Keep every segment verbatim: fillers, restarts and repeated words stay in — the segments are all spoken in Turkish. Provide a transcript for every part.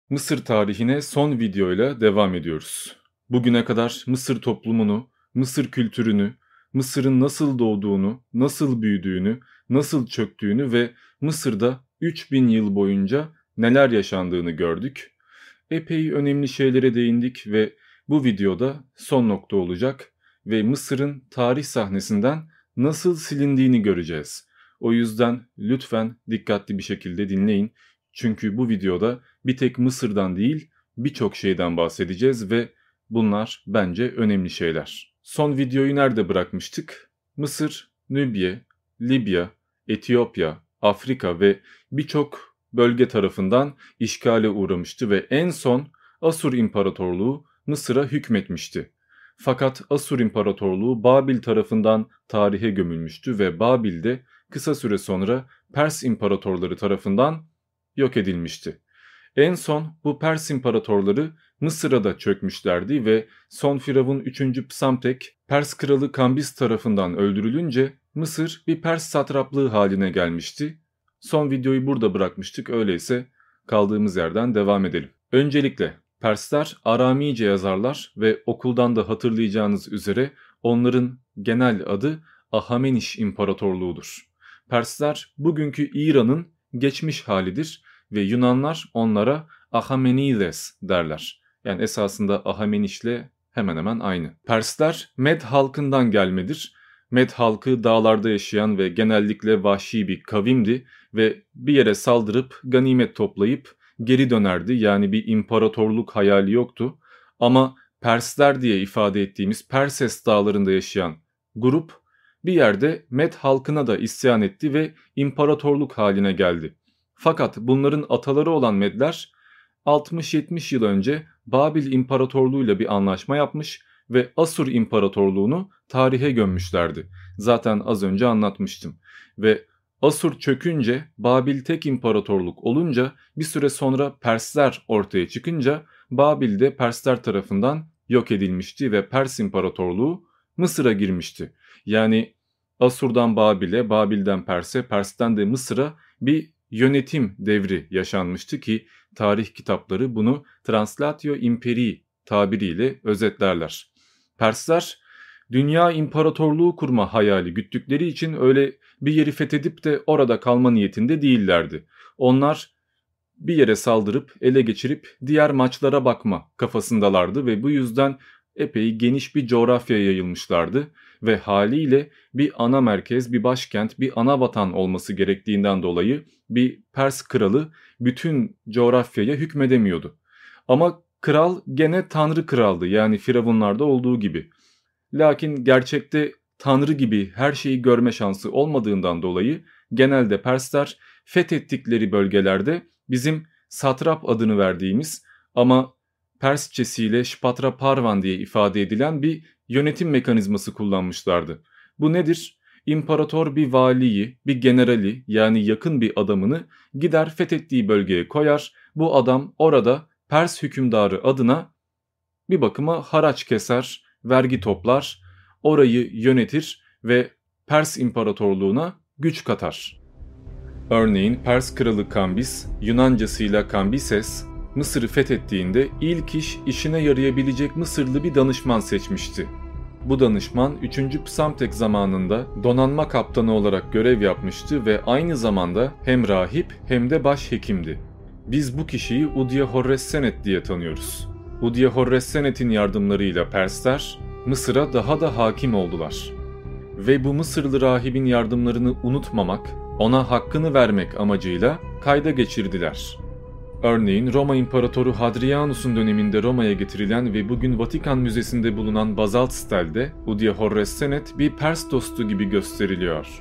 Mısır tarihine son videoyla devam ediyoruz. Bugüne kadar Mısır toplumunu, Mısır kültürünü, Mısır'ın nasıl doğduğunu, nasıl büyüdüğünü, nasıl çöktüğünü ve Mısır'da üç bin yıl boyunca neler yaşandığını gördük. Epey önemli şeylere değindik ve bu videoda son nokta olacak ve Mısır'ın tarih sahnesinden nasıl silindiğini göreceğiz. O yüzden lütfen dikkatli bir şekilde dinleyin. Çünkü bu videoda bir tek Mısır'dan değil birçok şeyden bahsedeceğiz ve bunlar bence önemli şeyler. Son videoyu nerede bırakmıştık? Mısır, Nübye, Libya, Etiyopya, Afrika ve birçok bölge tarafından işgale uğramıştı ve en son Asur İmparatorluğu Mısır'a hükmetmişti. Fakat Asur İmparatorluğu Babil tarafından tarihe gömülmüştü ve Babil'de kısa süre sonra Pers İmparatorları tarafından yok edilmişti. En son bu Pers İmparatorları Mısır'a da çökmüşlerdi ve son Firavun üçüncü. Psamtek Pers kralı Kambiz tarafından öldürülünce Mısır bir Pers satraplığı haline gelmişti. Son videoyu burada bırakmıştık, öyleyse kaldığımız yerden devam edelim. Öncelikle Persler Aramice yazarlar ve okuldan da hatırlayacağınız üzere onların genel adı Ahameniş İmparatorluğu'dur. Persler bugünkü İran'ın geçmiş halidir ve Yunanlar onlara Ahamenides derler. Yani esasında Ahameniş'le hemen hemen aynı. Persler Med halkından gelmedir. Med halkı dağlarda yaşayan ve genellikle vahşi bir kavimdi ve bir yere saldırıp ganimet toplayıp geri dönerdi. Yani bir imparatorluk hayali yoktu. Ama Persler diye ifade ettiğimiz Perses dağlarında yaşayan grup bir yerde Med halkına da isyan etti ve imparatorluk haline geldi. Fakat bunların ataları olan Medler altmış yetmiş yıl önce Babil İmparatorluğu'yla bir anlaşma yapmış ve Asur İmparatorluğu'nu tarihe gömmüşlerdi. Zaten az önce anlatmıştım. Ve Asur çökünce, Babil tek imparatorluk olunca, bir süre sonra Persler ortaya çıkınca Babil de Persler tarafından yok edilmişti ve Pers İmparatorluğu Mısır'a girmişti. Yani Asur'dan Babil'e, Babil'den Pers'e, Pers'ten de Mısır'a bir yönetim devri yaşanmıştı ki tarih kitapları bunu Translatio Imperii tabiriyle özetlerler. Persler dünya imparatorluğu kurma hayali güttükleri için öyle bir yeri fethedip de orada kalma niyetinde değillerdi. Onlar bir yere saldırıp ele geçirip diğer maçlara bakma kafasındalardı ve bu yüzden epey geniş bir coğrafyaya yayılmışlardı ve haliyle bir ana merkez, bir başkent, bir ana vatan olması gerektiğinden dolayı bir Pers kralı bütün coğrafyaya hükmedemiyordu. Ama kral gene tanrı kraldı, yani firavunlarda olduğu gibi. Lakin gerçekte tanrı gibi her şeyi görme şansı olmadığından dolayı genelde Persler fethettikleri bölgelerde bizim satrap adını verdiğimiz ama Persçesiyle Şpatra Parvan diye ifade edilen bir yönetim mekanizması kullanmışlardı. Bu nedir? İmparator bir valiyi, bir generali, yani yakın bir adamını gider fethettiği bölgeye koyar. Bu adam orada Pers hükümdarı adına bir bakıma haraç keser, vergi toplar, orayı yönetir ve Pers İmparatorluğuna güç katar. Örneğin Pers kralı Kambiz, Yunancasıyla Kambises, Mısır'ı fethettiğinde ilk iş işine yarayabilecek Mısırlı bir danışman seçmişti. Bu danışman üçüncü. Psamtek zamanında donanma kaptanı olarak görev yapmıştı ve aynı zamanda hem rahip hem de başhekimdi. Biz bu kişiyi Udiahorressenet diye tanıyoruz. Udiahorressenet'in yardımlarıyla Persler Mısır'a daha da hakim oldular. Ve bu Mısırlı rahibin yardımlarını unutmamak, ona hakkını vermek amacıyla kayda geçirdiler. Örneğin Roma İmparatoru Hadrianus'un döneminde Roma'ya getirilen ve bugün Vatikan Müzesi'nde bulunan bazalt stelde Udiahorressenet bir Pers dostu gibi gösteriliyor.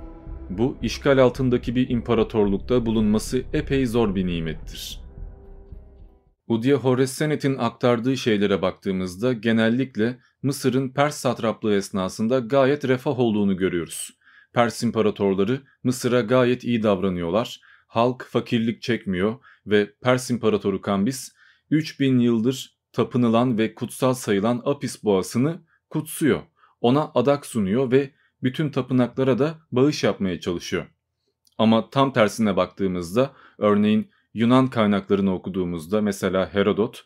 Bu işgal altındaki bir imparatorlukta bulunması epey zor bir nimettir. Udiahorressenet'in aktardığı şeylere baktığımızda genellikle Mısır'ın Pers satraplığı esnasında gayet refah olduğunu görüyoruz. Pers imparatorları Mısır'a gayet iyi davranıyorlar, halk fakirlik çekmiyor ve Pers İmparatoru Kambiz üç bin yıldır tapınılan ve kutsal sayılan Apis boğasını kutsuyor. Ona adak sunuyor ve bütün tapınaklara da bağış yapmaya çalışıyor. Ama tam tersine baktığımızda örneğin Yunan kaynaklarını okuduğumuzda mesela Herodot,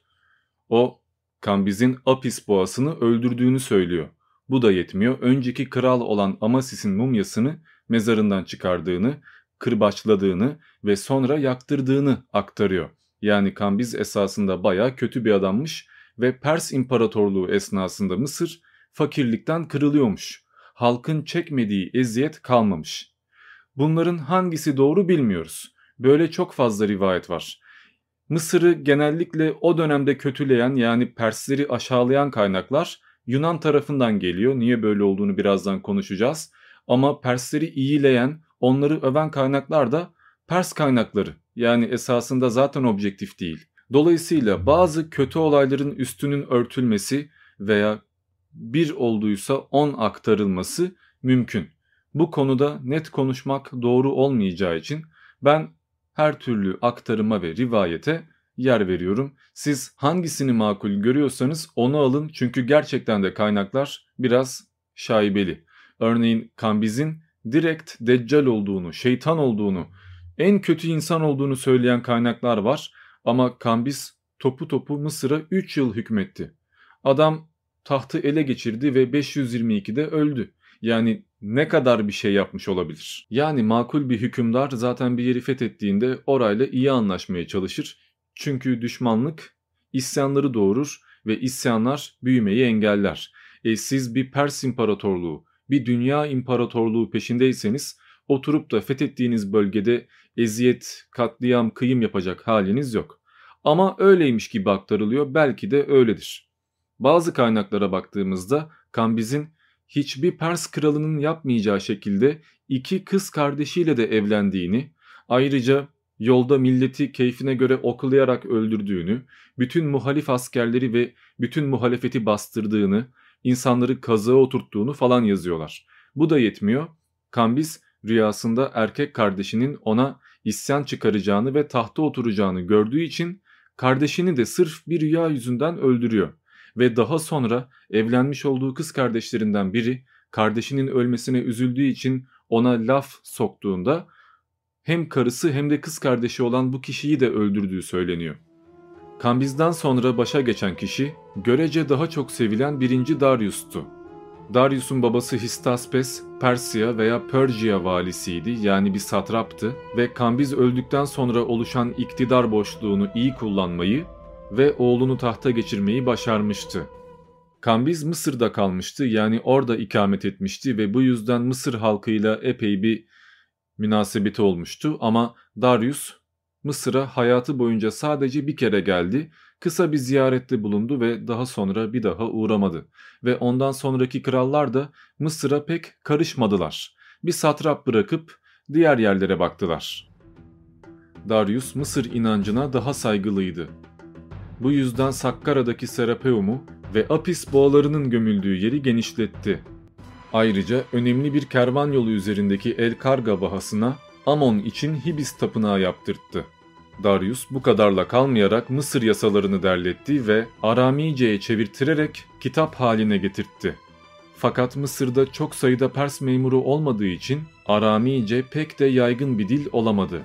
o Kambiz'in Apis boğasını öldürdüğünü söylüyor. Bu da yetmiyor. Önceki kral olan Amasis'in mumyasını mezarından çıkardığını, kırbaçladığını ve sonra yaktırdığını aktarıyor. Yani Kambiz esasında bayağı kötü bir adammış ve Pers İmparatorluğu esnasında Mısır fakirlikten kırılıyormuş. Halkın çekmediği eziyet kalmamış. Bunların hangisi doğru bilmiyoruz. Böyle çok fazla rivayet var. Mısır'ı genellikle o dönemde kötüleyen, yani Persleri aşağılayan kaynaklar Yunan tarafından geliyor. Niye böyle olduğunu birazdan konuşacağız. Ama Persleri iyileyen, onları öven kaynaklar da Pers kaynakları. Yani esasında zaten objektif değil. Dolayısıyla bazı kötü olayların üstünün örtülmesi veya bir olduysa on aktarılması mümkün. Bu konuda net konuşmak doğru olmayacağı için ben her türlü aktarıma ve rivayete yer veriyorum. Siz hangisini makul görüyorsanız onu alın, çünkü gerçekten de kaynaklar biraz şaibeli. Örneğin Kambiz'in direkt Deccal olduğunu, şeytan olduğunu, en kötü insan olduğunu söyleyen kaynaklar var. Ama Kambiz topu topu Mısır'a üç yıl hükmetti. Adam tahtı ele geçirdi ve beş yüz yirmi ikide öldü. Yani ne kadar bir şey yapmış olabilir? Yani makul bir hükümdar zaten bir yeri fethettiğinde orayla iyi anlaşmaya çalışır. Çünkü düşmanlık isyanları doğurur ve isyanlar büyümeyi engeller. E siz bir Pers İmparatorluğu, bir dünya imparatorluğu peşindeyseniz oturup da fethettiğiniz bölgede eziyet, katliam, kıyım yapacak haliniz yok. Ama öyleymiş gibi aktarılıyor, belki de öyledir. Bazı kaynaklara baktığımızda Kambiz'in hiçbir Pers kralının yapmayacağı şekilde iki kız kardeşiyle de evlendiğini, ayrıca yolda milleti keyfine göre oklayarak öldürdüğünü, bütün muhalif askerleri ve bütün muhalefeti bastırdığını, insanları kazığa oturttuğunu falan yazıyorlar. Bu da yetmiyor. Kambiz rüyasında erkek kardeşinin ona isyan çıkaracağını ve tahta oturacağını gördüğü için kardeşini de sırf bir rüya yüzünden öldürüyor. Ve daha sonra evlenmiş olduğu kız kardeşlerinden biri kardeşinin ölmesine üzüldüğü için ona laf soktuğunda hem karısı hem de kız kardeşi olan bu kişiyi de öldürdüğü söyleniyor. Kambiz'den sonra başa geçen kişi görece daha çok sevilen birinci Darius'tu. Darius'un babası Histaspes, Persya veya Persia valisiydi, yani bir satraptı ve Kambiz öldükten sonra oluşan iktidar boşluğunu iyi kullanmayı ve oğlunu tahta geçirmeyi başarmıştı. Kambiz Mısır'da kalmıştı, yani orada ikamet etmişti ve bu yüzden Mısır halkıyla epey bir münasebeti olmuştu. Ama Darius Mısır'a hayatı boyunca sadece bir kere geldi, kısa bir ziyarette bulundu ve daha sonra bir daha uğramadı. Ve ondan sonraki krallar da Mısır'a pek karışmadılar. Bir satrap bırakıp diğer yerlere baktılar. Darius Mısır inancına daha saygılıydı. Bu yüzden Sakkara'daki Serapeum'u ve Apis boğalarının gömüldüğü yeri genişletti. Ayrıca önemli bir kervan yolu üzerindeki El Karga vahasına Amon için Hibis tapınağı yaptırttı. Darius bu kadarla kalmayarak Mısır yasalarını derletti ve Aramice'ye çevirtirerek kitap haline getirtti. Fakat Mısır'da çok sayıda Pers memuru olmadığı için Aramice pek de yaygın bir dil olamadı.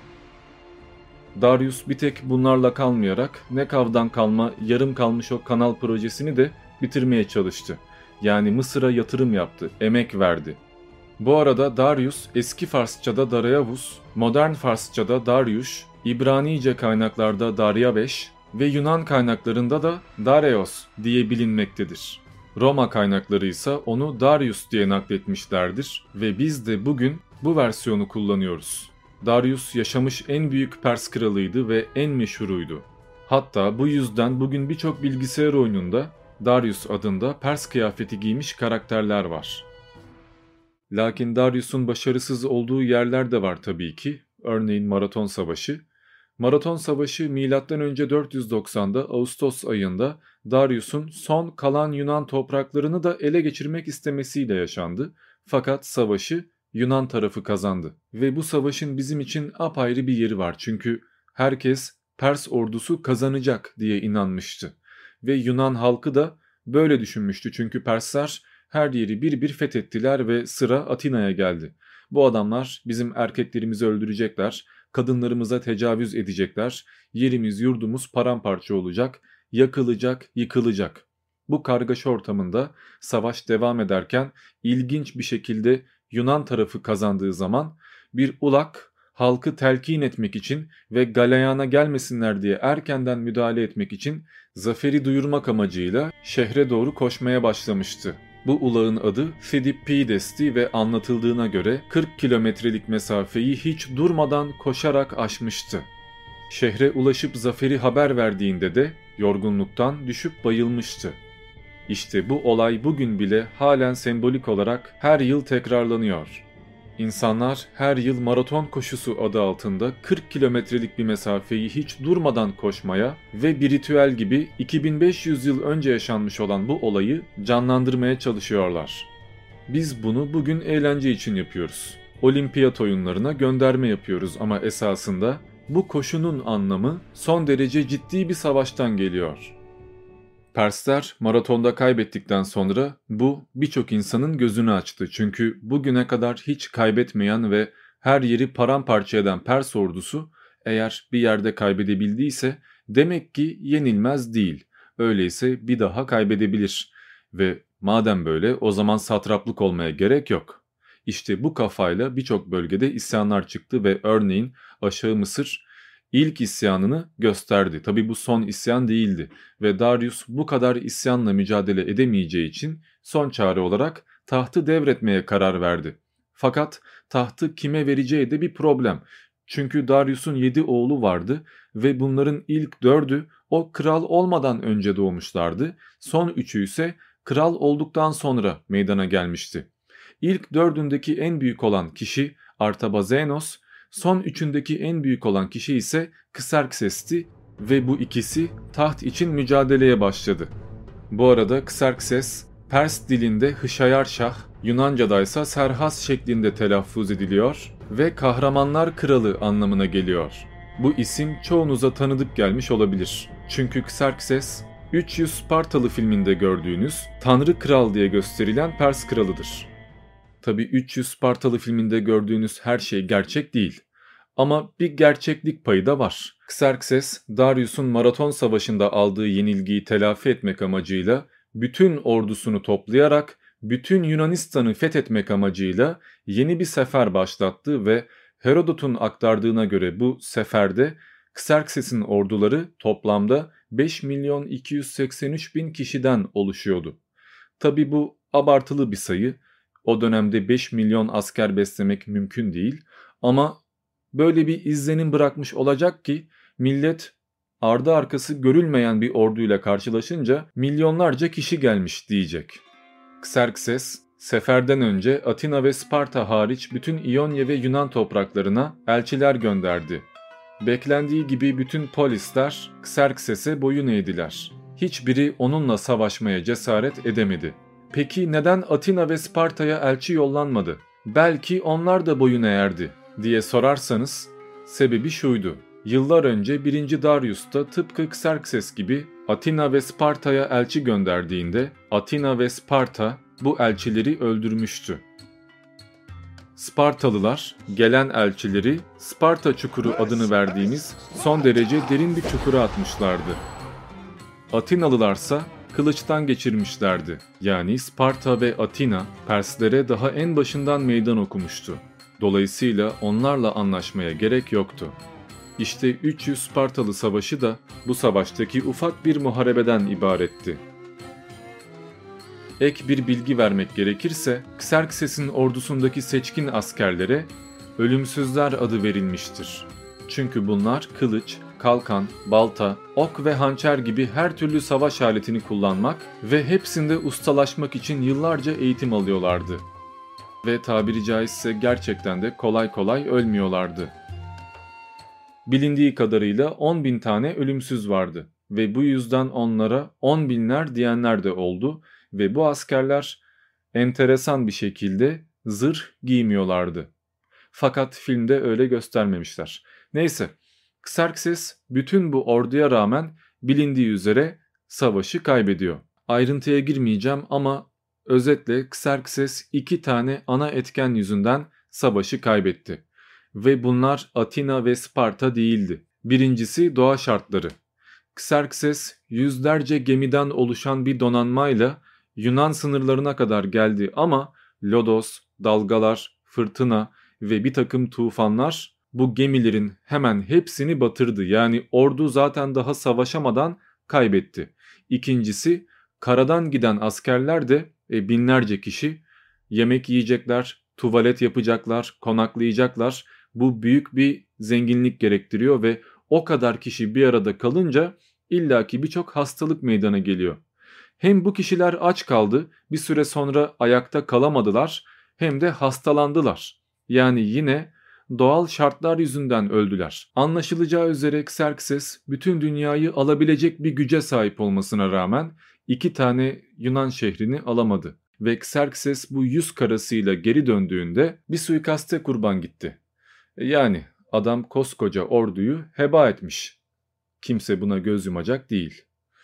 Darius bir tek bunlarla kalmayarak Nekav'dan kalma yarım kalmış o kanal projesini de bitirmeye çalıştı. Yani Mısır'a yatırım yaptı, emek verdi. Bu arada Darius eski Farsçada Dariavus, modern Farsçada Dariuş, İbranice kaynaklarda Daryaveş ve Yunan kaynaklarında da Dareios diye bilinmektedir. Roma kaynakları ise onu Darius diye nakletmişlerdir ve biz de bugün bu versiyonu kullanıyoruz. Darius yaşamış en büyük Pers kralıydı ve en meşhuruydu. Hatta bu yüzden bugün birçok bilgisayar oyununda Darius adında Pers kıyafeti giymiş karakterler var. Lakin Darius'un başarısız olduğu yerler de var tabii ki. Örneğin Maraton Savaşı. Maraton Savaşı milattan önce dört yüz doksanda Ağustos ayında Darius'un son kalan Yunan topraklarını da ele geçirmek istemesiyle yaşandı. Fakat savaşı Yunan tarafı kazandı. Ve bu savaşın bizim için apayrı bir yeri var. Çünkü herkes Pers ordusu kazanacak diye inanmıştı. Ve Yunan halkı da böyle düşünmüştü. Çünkü Persler her yeri bir bir fethettiler ve sıra Atina'ya geldi. Bu adamlar bizim erkeklerimizi öldürecekler, kadınlarımıza tecavüz edecekler, yerimiz yurdumuz paramparça olacak, yakılacak, yıkılacak. Bu kargaşa ortamında savaş devam ederken ilginç bir şekilde Yunan tarafı kazandığı zaman bir ulak halkı telkin etmek için ve galeyana gelmesinler diye erkenden müdahale etmek için zaferi duyurmak amacıyla şehre doğru koşmaya başlamıştı. Bu ulağın adı Fidippides'ti ve anlatıldığına göre kırk kilometrelik mesafeyi hiç durmadan koşarak aşmıştı. Şehre ulaşıp zaferi haber verdiğinde de yorgunluktan düşüp bayılmıştı. İşte bu olay bugün bile halen sembolik olarak her yıl tekrarlanıyor. İnsanlar her yıl maraton koşusu adı altında kırk kilometrelik bir mesafeyi hiç durmadan koşmaya ve bir ritüel gibi iki bin beş yüz yıl önce yaşanmış olan bu olayı canlandırmaya çalışıyorlar. Biz bunu bugün eğlence için yapıyoruz. Olimpiyat oyunlarına gönderme yapıyoruz ama esasında bu koşunun anlamı son derece ciddi bir savaştan geliyor. Persler maratonda kaybettikten sonra bu birçok insanın gözünü açtı. Çünkü bugüne kadar hiç kaybetmeyen ve her yeri paramparça eden Pers ordusu eğer bir yerde kaybedebildiyse demek ki yenilmez değil. Öyleyse bir daha kaybedebilir ve madem böyle o zaman satraplık olmaya gerek yok. İşte bu kafayla birçok bölgede isyanlar çıktı ve örneğin Aşağı Mısır İlk isyanını gösterdi. Tabi bu son isyan değildi ve Darius bu kadar isyanla mücadele edemeyeceği için son çare olarak tahtı devretmeye karar verdi. Fakat tahtı kime vereceği de bir problem. Çünkü Darius'un yedi oğlu vardı ve bunların ilk dördü o kral olmadan önce doğmuşlardı. Son üçü ise kral olduktan sonra meydana gelmişti. İlk dördündeki en büyük olan kişi Artabazenos, son üçündeki en büyük olan kişi ise Kserkses'ti ve bu ikisi taht için mücadeleye başladı. Bu arada Kserkses, Pers dilinde Hışayarşah, Yunanca'da ise Serhas şeklinde telaffuz ediliyor ve kahramanlar kralı anlamına geliyor. Bu isim çoğunuza tanıdık gelmiş olabilir. Çünkü Kserkses, üç yüz Spartalı filminde gördüğünüz Tanrı Kral diye gösterilen Pers kralıdır. Tabi üç yüz Spartalı filminde gördüğünüz her şey gerçek değil. Ama bir gerçeklik payı da var. Kserkses, Darius'un Maraton Savaşı'nda aldığı yenilgiyi telafi etmek amacıyla bütün ordusunu toplayarak bütün Yunanistan'ı fethetmek amacıyla yeni bir sefer başlattı ve Herodot'un aktardığına göre bu seferde Kserkses'in orduları toplamda beş milyon iki yüz seksen üç bin kişiden oluşuyordu. Tabi bu abartılı bir sayı. O dönemde beş milyon asker beslemek mümkün değil ama böyle bir izlenim bırakmış olacak ki millet ardı arkası görülmeyen bir orduyla karşılaşınca milyonlarca kişi gelmiş diyecek. Kserkses, seferden önce Atina ve Sparta hariç bütün İonya ve Yunan topraklarına elçiler gönderdi. Beklendiği gibi bütün polisler Kserkses'e boyun eğdiler. Hiçbiri onunla savaşmaya cesaret edemedi. Peki neden Atina ve Sparta'ya elçi yollanmadı? Belki onlar da boyun eğerdi diye sorarsanız sebebi şuydu. Yıllar önce birinci Darius da tıpkı Kserkses gibi Atina ve Sparta'ya elçi gönderdiğinde Atina ve Sparta bu elçileri öldürmüştü. Spartalılar gelen elçileri Sparta Çukuru adını verdiğimiz son derece derin bir çukura atmışlardı. Atinalılarsa kılıçtan geçirmişlerdi. Yani Sparta ve Atina Perslere daha en başından meydan okumuştu. Dolayısıyla onlarla anlaşmaya gerek yoktu. İşte üç yüz Spartalı Savaşı da bu savaştaki ufak bir muharebeden ibaretti. Ek bir bilgi vermek gerekirse Kserkses'in ordusundaki seçkin askerlere ölümsüzler adı verilmiştir. Çünkü bunlar kılıç, kalkan, balta, ok ve hançer gibi her türlü savaş aletini kullanmak ve hepsinde ustalaşmak için yıllarca eğitim alıyorlardı. Ve tabiri caizse gerçekten de kolay kolay ölmüyorlardı. Bilindiği kadarıyla on bin tane ölümsüz vardı ve bu yüzden onlara on binler diyenler de oldu ve bu askerler enteresan bir şekilde zırh giymiyorlardı. Fakat filmde öyle göstermemişler. Neyse, Kserkses bütün bu orduya rağmen bilindiği üzere savaşı kaybediyor. Ayrıntıya girmeyeceğim ama özetle Kserkses iki tane ana etken yüzünden savaşı kaybetti. Ve bunlar Atina ve Sparta değildi. Birincisi doğa şartları. Xerxes yüzlerce gemiden oluşan bir donanmayla Yunan sınırlarına kadar geldi ama lodos, dalgalar, fırtına ve bir takım tufanlar bu gemilerin hemen hepsini batırdı. Yani ordu zaten daha savaşamadan kaybetti. İkincisi, karadan giden askerler de e, binlerce kişi yemek yiyecekler, tuvalet yapacaklar, konaklayacaklar. Bu büyük bir zenginlik gerektiriyor ve o kadar kişi bir arada kalınca illaki birçok hastalık meydana geliyor. Hem bu kişiler aç kaldı, bir süre sonra ayakta kalamadılar, hem de hastalandılar. Yani yine doğal şartlar yüzünden öldüler. Anlaşılacağı üzere Xerxes bütün dünyayı alabilecek bir güce sahip olmasına rağmen iki tane Yunan şehrini alamadı. Ve Xerxes bu yüz karasıyla geri döndüğünde bir suikaste kurban gitti. Yani adam koskoca orduyu heba etmiş. Kimse buna göz yumacak değil.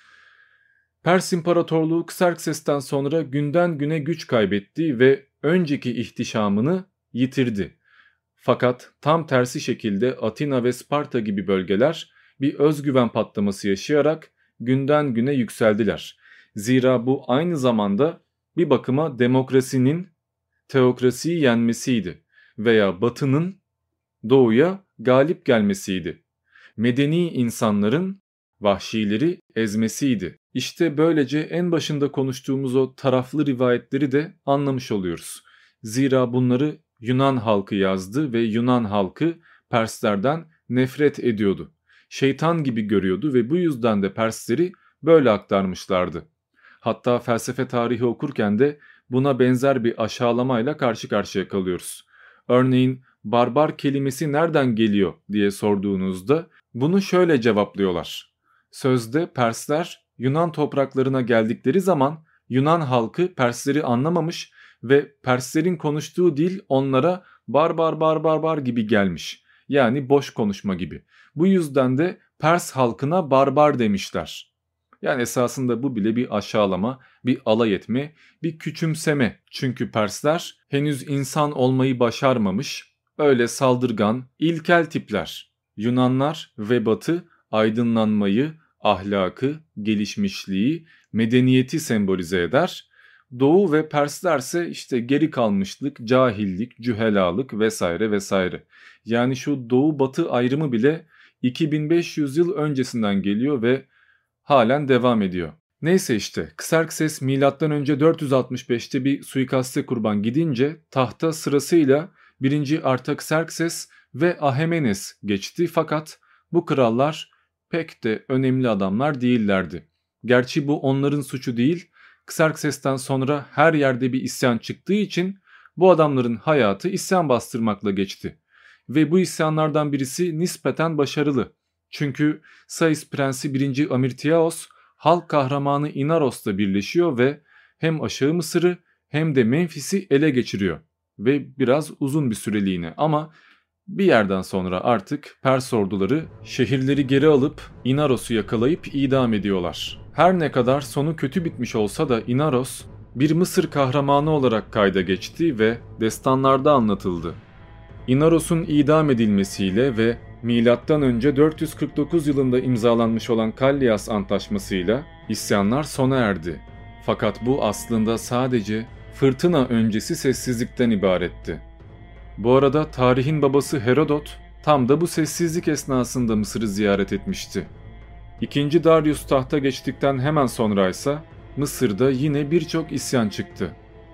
Pers İmparatorluğu Xerxes'ten sonra günden güne güç kaybetti ve önceki ihtişamını yitirdi. Fakat tam tersi şekilde Atina ve Sparta gibi bölgeler bir özgüven patlaması yaşayarak günden güne yükseldiler. Zira bu aynı zamanda bir bakıma demokrasinin teokrasiyi yenmesiydi veya Batı'nın Doğu'ya galip gelmesiydi. Medeni insanların vahşileri ezmesiydi. İşte böylece en başında konuştuğumuz o taraflı rivayetleri de anlamış oluyoruz. Zira bunları Yunan halkı yazdı ve Yunan halkı Perslerden nefret ediyordu. Şeytan gibi görüyordu ve bu yüzden de Persleri böyle aktarmışlardı. Hatta felsefe tarihi okurken de buna benzer bir aşağılamayla karşı karşıya kalıyoruz. Örneğin barbar kelimesi nereden geliyor diye sorduğunuzda bunu şöyle cevaplıyorlar. Sözde Persler Yunan topraklarına geldikleri zaman Yunan halkı Persleri anlamamış ve Perslerin konuştuğu dil onlara barbar barbar bar gibi gelmiş. Yani boş konuşma gibi. Bu yüzden de Pers halkına barbar demişler. Yani esasında bu bile bir aşağılama, bir alay etme, bir küçümseme. Çünkü Persler henüz insan olmayı başarmamış, öyle saldırgan, ilkel tipler. Yunanlar ve Batı aydınlanmayı, ahlakı, gelişmişliği, medeniyeti sembolize eder. Doğu ve Perslerse işte geri kalmışlık, cahillik, cühelalık vesaire vesaire. Yani şu Doğu Batı ayrımı bile iki bin beş yüz yıl öncesinden geliyor ve halen devam ediyor. Neyse işte Xerxes milattan önce dört yüz altmış beşte bir suikaste kurban gidince tahta sırasıyla birinci Artaxerxes ve Ahamenes geçti fakat bu krallar pek de önemli adamlar değillerdi. Gerçi bu onların suçu değil, Xerxes'ten sonra her yerde bir isyan çıktığı için bu adamların hayatı isyan bastırmakla geçti. Ve bu isyanlardan birisi nispeten başarılı. Çünkü Sais Prensi birinci Amirtiaos halk kahramanı Inaros'la birleşiyor ve hem Aşağı Mısır'ı hem de Memphis'i ele geçiriyor. Ve biraz uzun bir süreliğine ama bir yerden sonra artık Pers orduları şehirleri geri alıp Inaros'u yakalayıp idam ediyorlar. Her ne kadar sonu kötü bitmiş olsa da Inaros bir Mısır kahramanı olarak kayda geçti ve destanlarda anlatıldı. Inaros'un idam edilmesiyle ve milattan önce dört yüz kırk dokuz yılında imzalanmış olan Kallias Antlaşması'yla isyanlar sona erdi. Fakat bu aslında sadece fırtına öncesi sessizlikten ibaretti. Bu arada tarihin babası Herodot tam da bu sessizlik esnasında Mısır'ı ziyaret etmişti. İkinci Darius tahta geçtikten hemen sonra ise Mısır'da yine birçok isyan çıktı.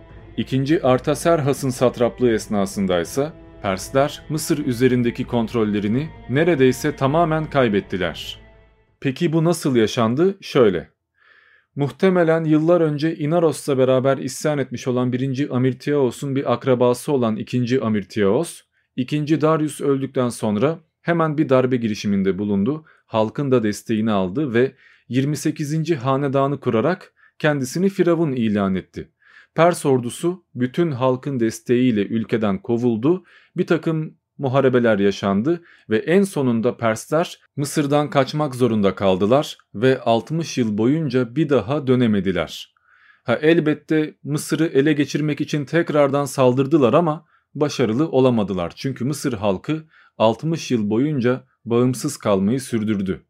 İkinci Artaserhas'ın satraplığı esnasında ise Persler Mısır üzerindeki kontrollerini neredeyse tamamen kaybettiler. Peki bu nasıl yaşandı? Şöyle. Muhtemelen yıllar önce Inaros'la beraber isyan etmiş olan birinci Amirtiaos'un bir akrabası olan ikinci Amirtiaos, ikinci Darius öldükten sonra hemen bir darbe girişiminde bulundu, halkın da desteğini aldı ve yirmi sekizinci hanedanı kurarak kendisini firavun ilan etti. Pers ordusu bütün halkın desteğiyle ülkeden kovuldu, bir takım muharebeler yaşandı ve en sonunda Persler Mısır'dan kaçmak zorunda kaldılar ve altmış yıl boyunca bir daha dönemediler. Ha, elbette Mısır'ı ele geçirmek için tekrardan saldırdılar ama başarılı olamadılar. Çünkü Mısır halkı altmış yıl boyunca bağımsız kalmayı sürdürdü.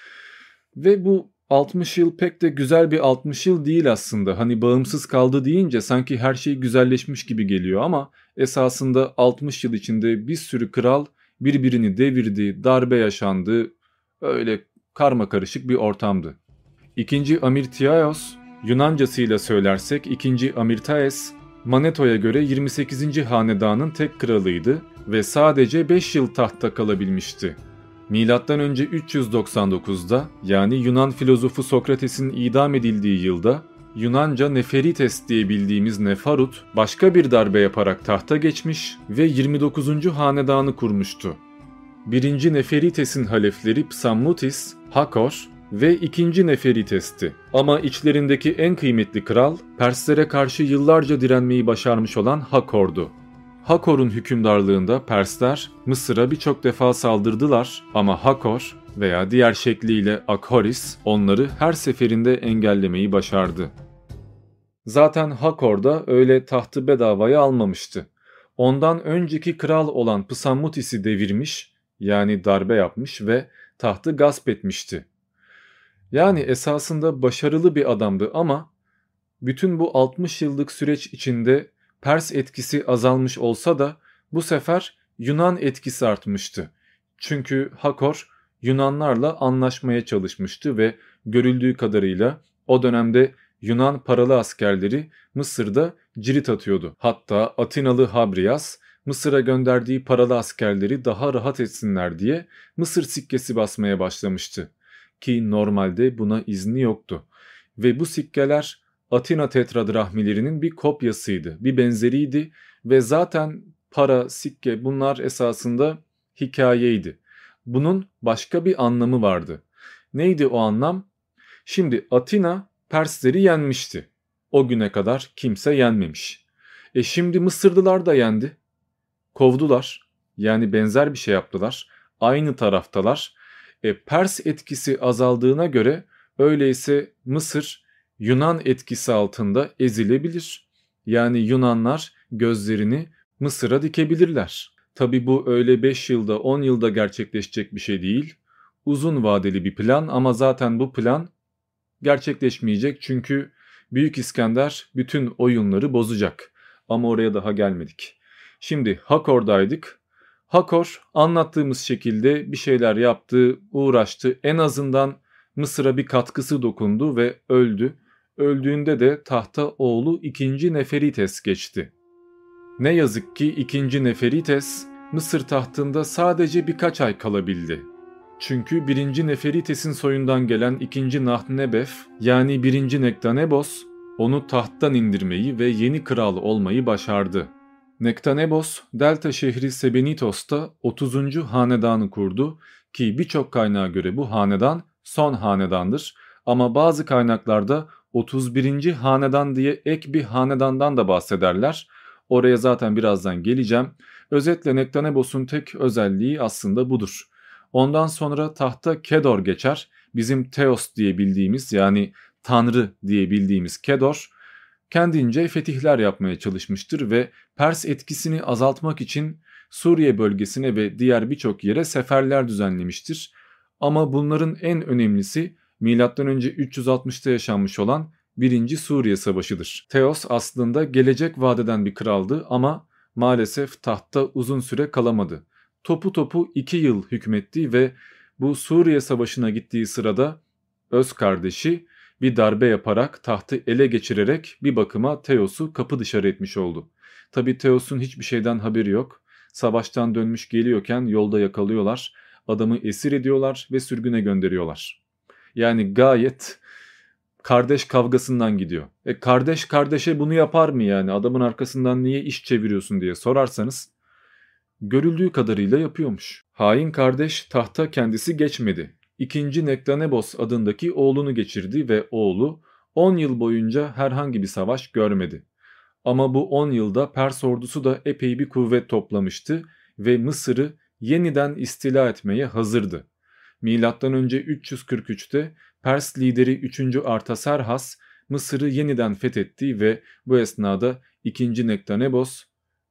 Ve bu altmış yıl pek de güzel bir altmış yıl değil aslında. Hani bağımsız kaldı deyince sanki her şey güzelleşmiş gibi geliyor ama esasında altmış yıl içinde bir sürü kral birbirini devirdi, darbe yaşandı. Öyle karmakarışık bir ortamdı. İkinci Amirtiaios, Yunancasıyla söylersek ikinci Amirtaes, Maneto'ya göre yirmi sekizinci hanedanın tek kralıydı ve sadece beş yıl tahtta kalabilmişti. Milattan önce üç yüz doksan dokuzda, yani Yunan filozofu Sokrates'in idam edildiği yılda Yunanca Neferites diye bildiğimiz Nefarut başka bir darbe yaparak tahta geçmiş ve yirmi dokuzuncu hanedanı kurmuştu. Birinci Neferites'in halefleri Psammutis, Hakor ve ikinci Neferites'ti. Ama içlerindeki en kıymetli kral Perslere karşı yıllarca direnmeyi başarmış olan Hakor'du. Hakor'un hükümdarlığında Persler Mısır'a birçok defa saldırdılar ama Hakor veya diğer şekliyle Akhoris onları her seferinde engellemeyi başardı. Zaten Hakor da öyle tahtı bedavaya almamıştı. Ondan önceki kral olan Psammutis'i devirmiş, yani darbe yapmış ve tahtı gasp etmişti. Yani esasında başarılı bir adamdı ama bütün bu altmış yıllık süreç içinde Pers etkisi azalmış olsa da bu sefer Yunan etkisi artmıştı. Çünkü Hakor Yunanlarla anlaşmaya çalışmıştı ve görüldüğü kadarıyla o dönemde Yunan paralı askerleri Mısır'da cirit atıyordu. Hatta Atinalı Habrias Mısır'a gönderdiği paralı askerleri daha rahat etsinler diye Mısır sikkesi basmaya başlamıştı. Ki normalde buna izni yoktu. Ve bu sikkeler Atina tetradrahmilerinin bir kopyasıydı, bir benzeriydi ve zaten para, sikke bunlar esasında hikayeydi. Bunun başka bir anlamı vardı. Neydi o anlam? Şimdi Atina Persleri yenmişti. O güne kadar kimse yenmemiş. E şimdi Mısırlılar da yendi. Kovdular. Yani benzer bir şey yaptılar. Aynı taraftalar. E, Pers etkisi azaldığına göre öyleyse Mısır Yunan etkisi altında ezilebilir. Yani Yunanlar gözlerini Mısır'a dikebilirler. Tabi bu öyle beş yılda on yılda gerçekleşecek bir şey değil. Uzun vadeli bir plan ama zaten bu plan gerçekleşmeyecek çünkü Büyük İskender bütün oyunları bozacak. Ama oraya daha gelmedik. Şimdi Hakor'daydık. Hakor anlattığımız şekilde bir şeyler yaptı, uğraştı. En azından Mısır'a bir katkısı dokundu ve öldü. Öldüğünde de tahta oğlu ikinci Neferites geçti. Ne yazık ki ikinci Neferites Mısır tahtında sadece birkaç ay kalabildi. Çünkü birinci Neferites'in soyundan gelen ikinci Nahnebef yani birinci Nektanebos onu tahttan indirmeyi ve yeni kral olmayı başardı. Nektanebos, Delta şehri Sebenitos'ta otuzuncu hanedanı kurdu ki birçok kaynağa göre bu hanedan son hanedandır ama bazı kaynaklarda otuz birinci hanedan diye ek bir hanedandan da bahsederler. Oraya zaten birazdan geleceğim. Özetle Nektanebos'un tek özelliği aslında budur. Ondan sonra tahta Kedor geçer. Bizim Theos diye bildiğimiz yani Tanrı diye bildiğimiz Kedor kendince fetihler yapmaya çalışmıştır ve Pers etkisini azaltmak için Suriye bölgesine ve diğer birçok yere seferler düzenlemiştir. Ama bunların en önemlisi milattan önce üç yüz altmışta yaşanmış olan birinci Suriye Savaşı'dır. Theos aslında gelecek vadeden bir kraldı ama maalesef tahtta uzun süre kalamadı. Topu topu iki yıl hükmetti ve bu Suriye Savaşı'na gittiği sırada öz kardeşi bir darbe yaparak tahtı ele geçirerek bir bakıma Theos'u kapı dışarı etmiş oldu. Tabi Theos'un hiçbir şeyden haberi yok. Savaştan dönmüş geliyorken yolda yakalıyorlar. Adamı esir ediyorlar ve sürgüne gönderiyorlar. Yani gayet kardeş kavgasından gidiyor. E kardeş kardeşe bunu yapar mı yani? Adamın arkasından niye iş çeviriyorsun diye sorarsanız görüldüğü kadarıyla yapıyormuş. Hain kardeş tahta kendisi geçmedi. İkinci Nektanebos adındaki oğlunu geçirdi ve oğlu on yıl boyunca herhangi bir savaş görmedi. Ama bu on yılda Pers ordusu da epey bir kuvvet toplamıştı ve Mısır'ı yeniden istila etmeye hazırdı. Milattan önce üç yüz kırk üçte Pers lideri üçüncü Artaserhas Mısır'ı yeniden fethetti ve bu esnada ikinci Nektanebos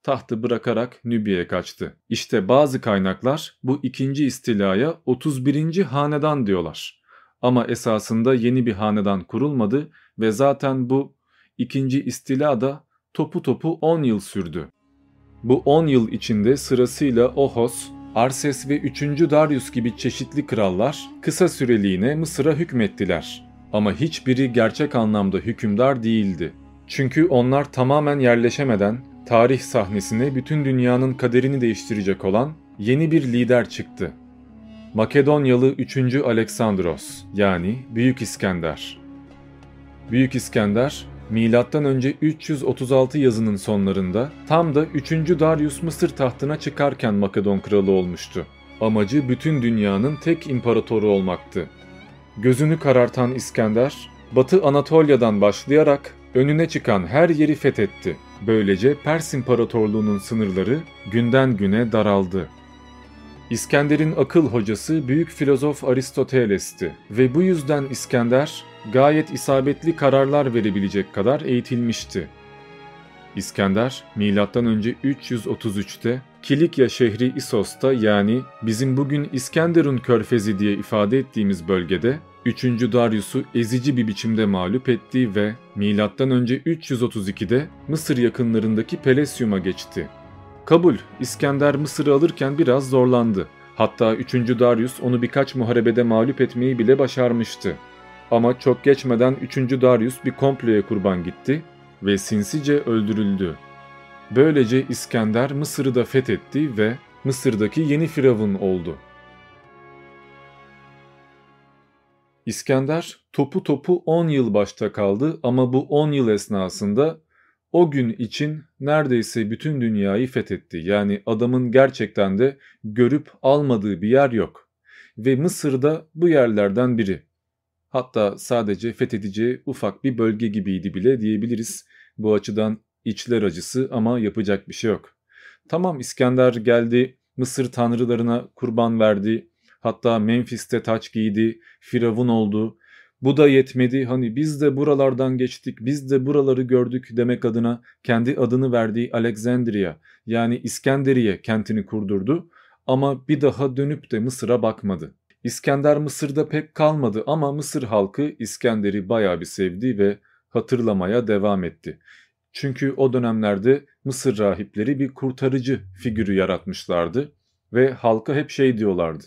tahtı bırakarak Nübya'ya kaçtı. İşte bazı kaynaklar bu ikinci istilaya otuz birinci hanedan diyorlar. Ama esasında yeni bir hanedan kurulmadı ve zaten bu ikinci istila da topu topu on yıl sürdü. Bu on yıl içinde sırasıyla Ohos, Arses ve üçüncü Darius gibi çeşitli krallar kısa süreliğine Mısır'a hükmettiler. Ama hiçbiri gerçek anlamda hükümdar değildi. Çünkü onlar tamamen yerleşemeden tarih sahnesine bütün dünyanın kaderini değiştirecek olan yeni bir lider çıktı. Makedonyalı üçüncü Aleksandros, yani Büyük İskender. Büyük İskender, milattan önce üç yüz otuz altı yazının sonlarında tam da üçüncü Darius Mısır tahtına çıkarken Makedon kralı olmuştu. Amacı bütün dünyanın tek imparatoru olmaktı. Gözünü karartan İskender, Batı Anatolia'dan başlayarak önüne çıkan her yeri fethetti. Böylece Pers İmparatorluğu'nun sınırları günden güne daraldı. İskender'in akıl hocası büyük filozof Aristoteles'ti ve bu yüzden İskender gayet isabetli kararlar verebilecek kadar eğitilmişti. İskender, milattan önce üç yüz otuz üçte Kilikya şehri İssos'ta, yani bizim bugün İskenderun Körfezi diye ifade ettiğimiz bölgede üçüncü Darius'u ezici bir biçimde mağlup etti ve milattan önce üç yüz otuz ikide Mısır yakınlarındaki Pelesyum'a geçti. Kabul, İskender Mısır'ı alırken biraz zorlandı. Hatta üçüncü Darius onu birkaç muharebede mağlup etmeyi bile başarmıştı. Ama çok geçmeden üçüncü Darius bir komploya kurban gitti ve sinsice öldürüldü. Böylece İskender Mısır'ı da fethetti ve Mısır'daki yeni firavun oldu. İskender topu topu on yıl başta kaldı ama bu on yıl esnasında o gün için neredeyse bütün dünyayı fethetti. Yani adamın gerçekten de görüp almadığı bir yer yok. Ve Mısır'da bu yerlerden biri. Hatta sadece fethedeceği ufak bir bölge gibiydi bile diyebiliriz. Bu açıdan içler acısı ama yapacak bir şey yok. Tamam, İskender geldi, Mısır tanrılarına kurban verdi. Hatta Menfis'te taç giydi, firavun oldu. Bu da yetmedi, hani biz de buralardan geçtik, biz de buraları gördük demek adına kendi adını verdiği Alexandria, yani İskenderiye kentini kurdurdu. Ama bir daha dönüp de Mısır'a bakmadı. İskender Mısır'da pek kalmadı ama Mısır halkı İskender'i bayağı bir sevdi ve hatırlamaya devam etti. Çünkü o dönemlerde Mısır rahipleri bir kurtarıcı figürü yaratmışlardı ve halka hep şey diyorlardı.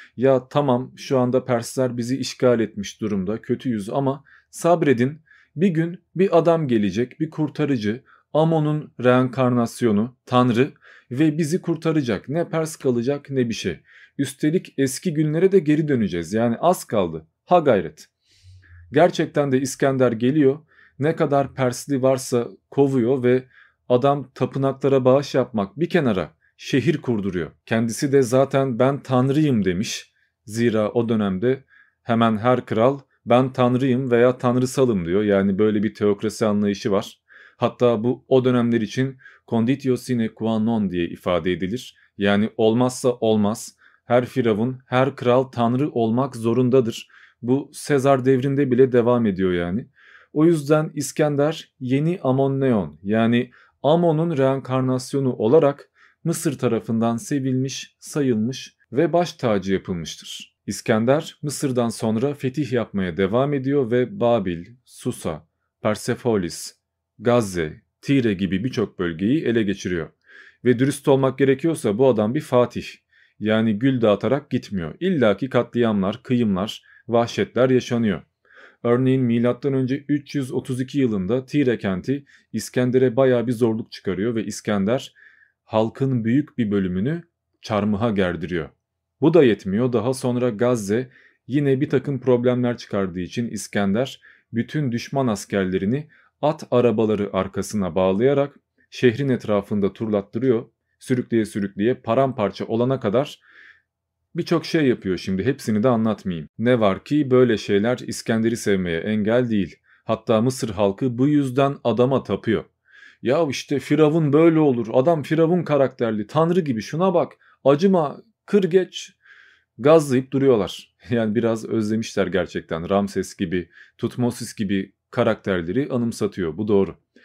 Ya tamam, şu anda Persler bizi işgal etmiş durumda, kötüyüz ama sabredin, bir gün bir adam gelecek, bir kurtarıcı, Amon'un reenkarnasyonu, tanrı ve bizi kurtaracak. Ne Pers kalacak ne bir şey. Üstelik eski günlere de geri döneceğiz, yani az kaldı, ha gayret. Gerçekten de İskender geliyor, ne kadar Persli varsa kovuyor ve adam tapınaklara bağış yapmak bir kenara şehir kurduruyor. Kendisi de zaten ben tanrıyım demiş. Zira o dönemde hemen her kral ben tanrıyım veya tanrısalım diyor. Yani böyle bir teokrasi anlayışı var. Hatta bu o dönemler için conditio sine qua non diye ifade edilir. Yani olmazsa olmaz. Her firavun, her kral tanrı olmak zorundadır. Bu Sezar devrinde bile devam ediyor yani. O yüzden İskender yeni Amonneon, yani Amon'un reenkarnasyonu olarak Mısır tarafından sevilmiş, sayılmış ve baş tacı yapılmıştır. İskender Mısır'dan sonra fetih yapmaya devam ediyor ve Babil, Susa, Persepolis, Gazze, Tire gibi birçok bölgeyi ele geçiriyor. Ve dürüst olmak gerekiyorsa bu adam bir fatih. Yani gül dağıtarak gitmiyor. İlla ki katliamlar, kıyımlar, vahşetler yaşanıyor. Örneğin milattan önce üç yüz otuz iki yılında Tire kenti İskender'e bayağı bir zorluk çıkarıyor ve İskender halkın büyük bir bölümünü çarmıha gerdiriyor. Bu da yetmiyor. Daha sonra Gazze yine bir takım problemler çıkardığı için İskender bütün düşman askerlerini at arabaları arkasına bağlayarak şehrin etrafında turlattırıyor. Sürükleye sürükleye paramparça olana kadar birçok şey yapıyor, şimdi hepsini de anlatmayayım. Ne var ki böyle şeyler İskender'i sevmeye engel değil. Hatta Mısır halkı bu yüzden adama tapıyor. Ya işte firavun böyle olur, adam firavun karakterli, tanrı gibi, şuna bak, acıma, kır geç, gazlayıp duruyorlar. Yani biraz özlemişler gerçekten Ramses gibi, Tutmosis gibi karakterleri anımsatıyor, bu doğru.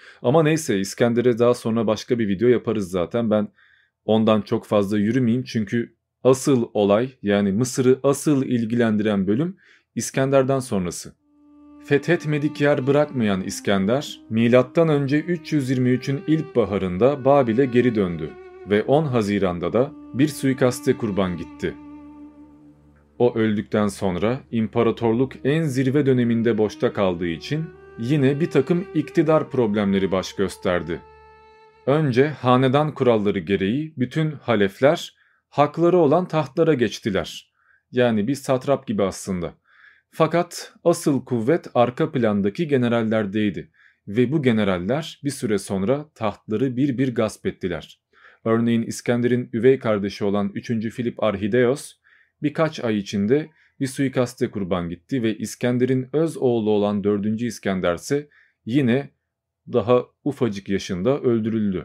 Ama neyse, İskender'e daha sonra başka bir video yaparız zaten. Ben ondan çok fazla yürümeyeyim çünkü asıl olay, yani Mısır'ı asıl ilgilendiren bölüm İskender'den sonrası. Fethetmedik yer bırakmayan İskender, milattan önce üç yüz yirmi üçün ilkbaharında Babil'e geri döndü ve on Haziran'da da bir suikaste kurban gitti. O öldükten sonra imparatorluk en zirve döneminde boşta kaldığı için yine bir takım iktidar problemleri baş gösterdi. Önce hanedan kuralları gereği bütün halefler hakları olan tahtlara geçtiler. Yani bir satrap gibi aslında. Fakat asıl kuvvet arka plandaki generallerdeydi ve bu generaller bir süre sonra tahtları bir bir gasp ettiler. Örneğin İskender'in üvey kardeşi olan üçüncü. Filip Arhideos birkaç ay içinde bir suikaste kurban gitti ve İskender'in öz oğlu olan dördüncü. İskender ise yine daha ufacık yaşında öldürüldü.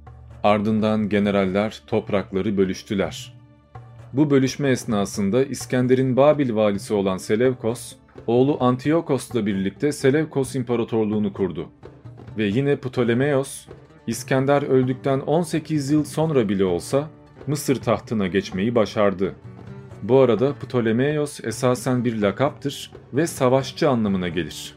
Ardından generaller toprakları bölüştüler. Bu bölüşme esnasında İskender'in Babil valisi olan Selevkos, oğlu Antiyokos'la birlikte Selevkos İmparatorluğunu kurdu. Ve yine Ptolemaios, İskender öldükten on sekiz yıl sonra bile olsa Mısır tahtına geçmeyi başardı. Bu arada Ptolemaios esasen bir lakaptır ve savaşçı anlamına gelir.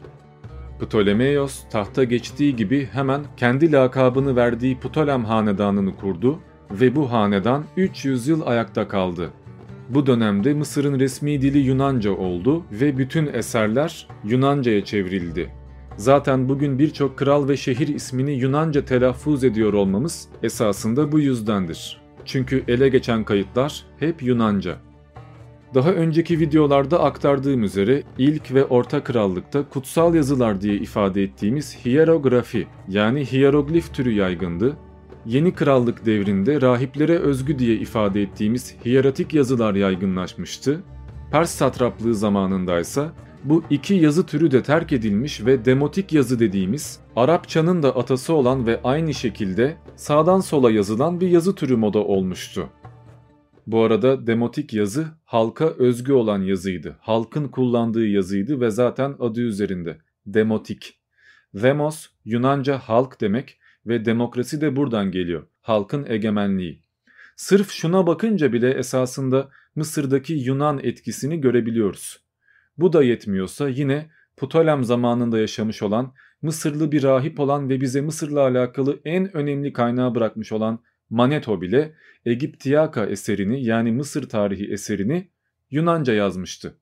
Ptolemaios tahta geçtiği gibi hemen kendi lakabını verdiği Ptolem hanedanını kurdu ve bu hanedan üç yüz yıl ayakta kaldı. Bu dönemde Mısır'ın resmi dili Yunanca oldu ve bütün eserler Yunanca'ya çevrildi. Zaten bugün birçok kral ve şehir ismini Yunanca telaffuz ediyor olmamız esasında bu yüzdendir. Çünkü ele geçen kayıtlar hep Yunanca. Daha önceki videolarda aktardığım üzere ilk ve orta krallıkta kutsal yazılar diye ifade ettiğimiz hierografi, yani hieroglif türü yaygındı. Yeni krallık devrinde rahiplere özgü diye ifade ettiğimiz hieratik yazılar yaygınlaşmıştı. Pers satraplığı zamanındaysa bu iki yazı türü de terk edilmiş ve demotik yazı dediğimiz Arapçanın da atası olan ve aynı şekilde sağdan sola yazılan bir yazı türü moda olmuştu. Bu arada demotik yazı halka özgü olan yazıydı. Halkın kullandığı yazıydı ve zaten adı üzerinde. Demotik. Demos Yunanca halk demek ve demokrasi de buradan geliyor. Halkın egemenliği. Sırf şuna bakınca bile esasında Mısır'daki Yunan etkisini görebiliyoruz. Bu da yetmiyorsa yine Ptolem zamanında yaşamış olan, Mısırlı bir rahip olan ve bize Mısır'la alakalı en önemli kaynağı bırakmış olan Maneto bile Egiptiyaka eserini, yani Mısır tarihi eserini Yunanca yazmıştı.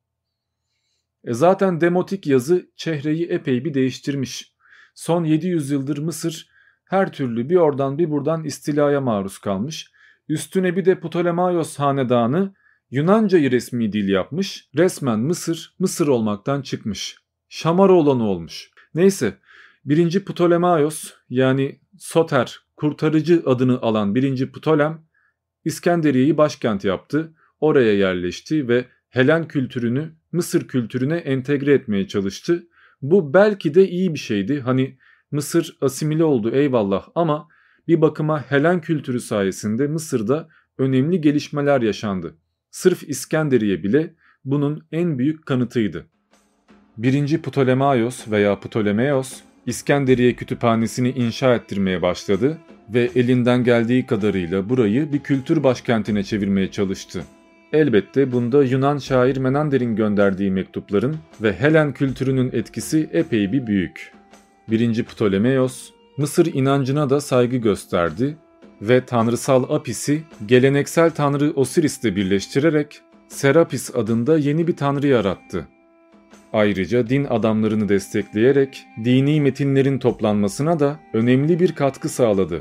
E zaten demotik yazı çehreyi epey bir değiştirmiş. Son yedi yüz yıldır Mısır her türlü bir oradan bir buradan istilaya maruz kalmış. Üstüne bir de Ptolemaios hanedanı Yunancayı resmi dil yapmış. Resmen Mısır, Mısır olmaktan çıkmış. Şamaroğlanı olmuş. Neyse, birinci. Ptolemaios, yani Soter, kurtarıcı adını alan birinci. Ptolem, İskenderiye'yi başkent yaptı. Oraya yerleşti ve Helen kültürünü Mısır kültürüne entegre etmeye çalıştı. Bu belki de iyi bir şeydi. Hani Mısır asimile oldu eyvallah, ama bir bakıma Helen kültürü sayesinde Mısır'da önemli gelişmeler yaşandı. Sırf İskenderiye bile bunun en büyük kanıtıydı. birinci. Ptolemaios veya Ptolemaios, İskenderiye kütüphanesini inşa ettirmeye başladı ve elinden geldiği kadarıyla burayı bir kültür başkentine çevirmeye çalıştı. Elbette bunda Yunan şair Menander'in gönderdiği mektupların ve Helen kültürünün etkisi epey bir büyük. birinci. Ptolemaios, Mısır inancına da saygı gösterdi ve tanrısal Apis'i geleneksel tanrı Osiris'le birleştirerek Serapis adında yeni bir tanrı yarattı. Ayrıca din adamlarını destekleyerek dini metinlerin toplanmasına da önemli bir katkı sağladı.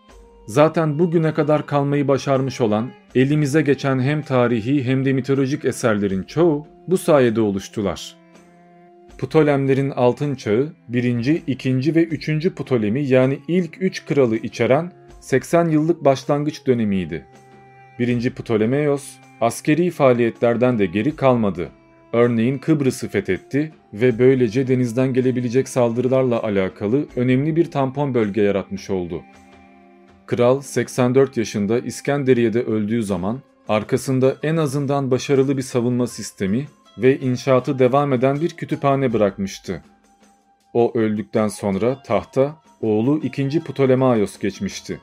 Zaten bugüne kadar kalmayı başarmış olan, elimize geçen hem tarihi hem de mitolojik eserlerin çoğu bu sayede oluştular. Ptolemlerin altın çağı birinci. ikinci. ve üçüncü. Ptolemy, yani ilk üç kralı içeren seksen yıllık başlangıç dönemiydi. birinci. Ptolemaios askeri faaliyetlerden de geri kalmadı. Örneğin Kıbrıs'ı fethetti ve böylece denizden gelebilecek saldırılarla alakalı önemli bir tampon bölge yaratmış oldu. Kral seksen dört yaşında İskenderiye'de öldüğü zaman arkasında en azından başarılı bir savunma sistemi ve inşaatı devam eden bir kütüphane bırakmıştı. O öldükten sonra tahta oğlu ikinci. Ptolemaios geçmişti.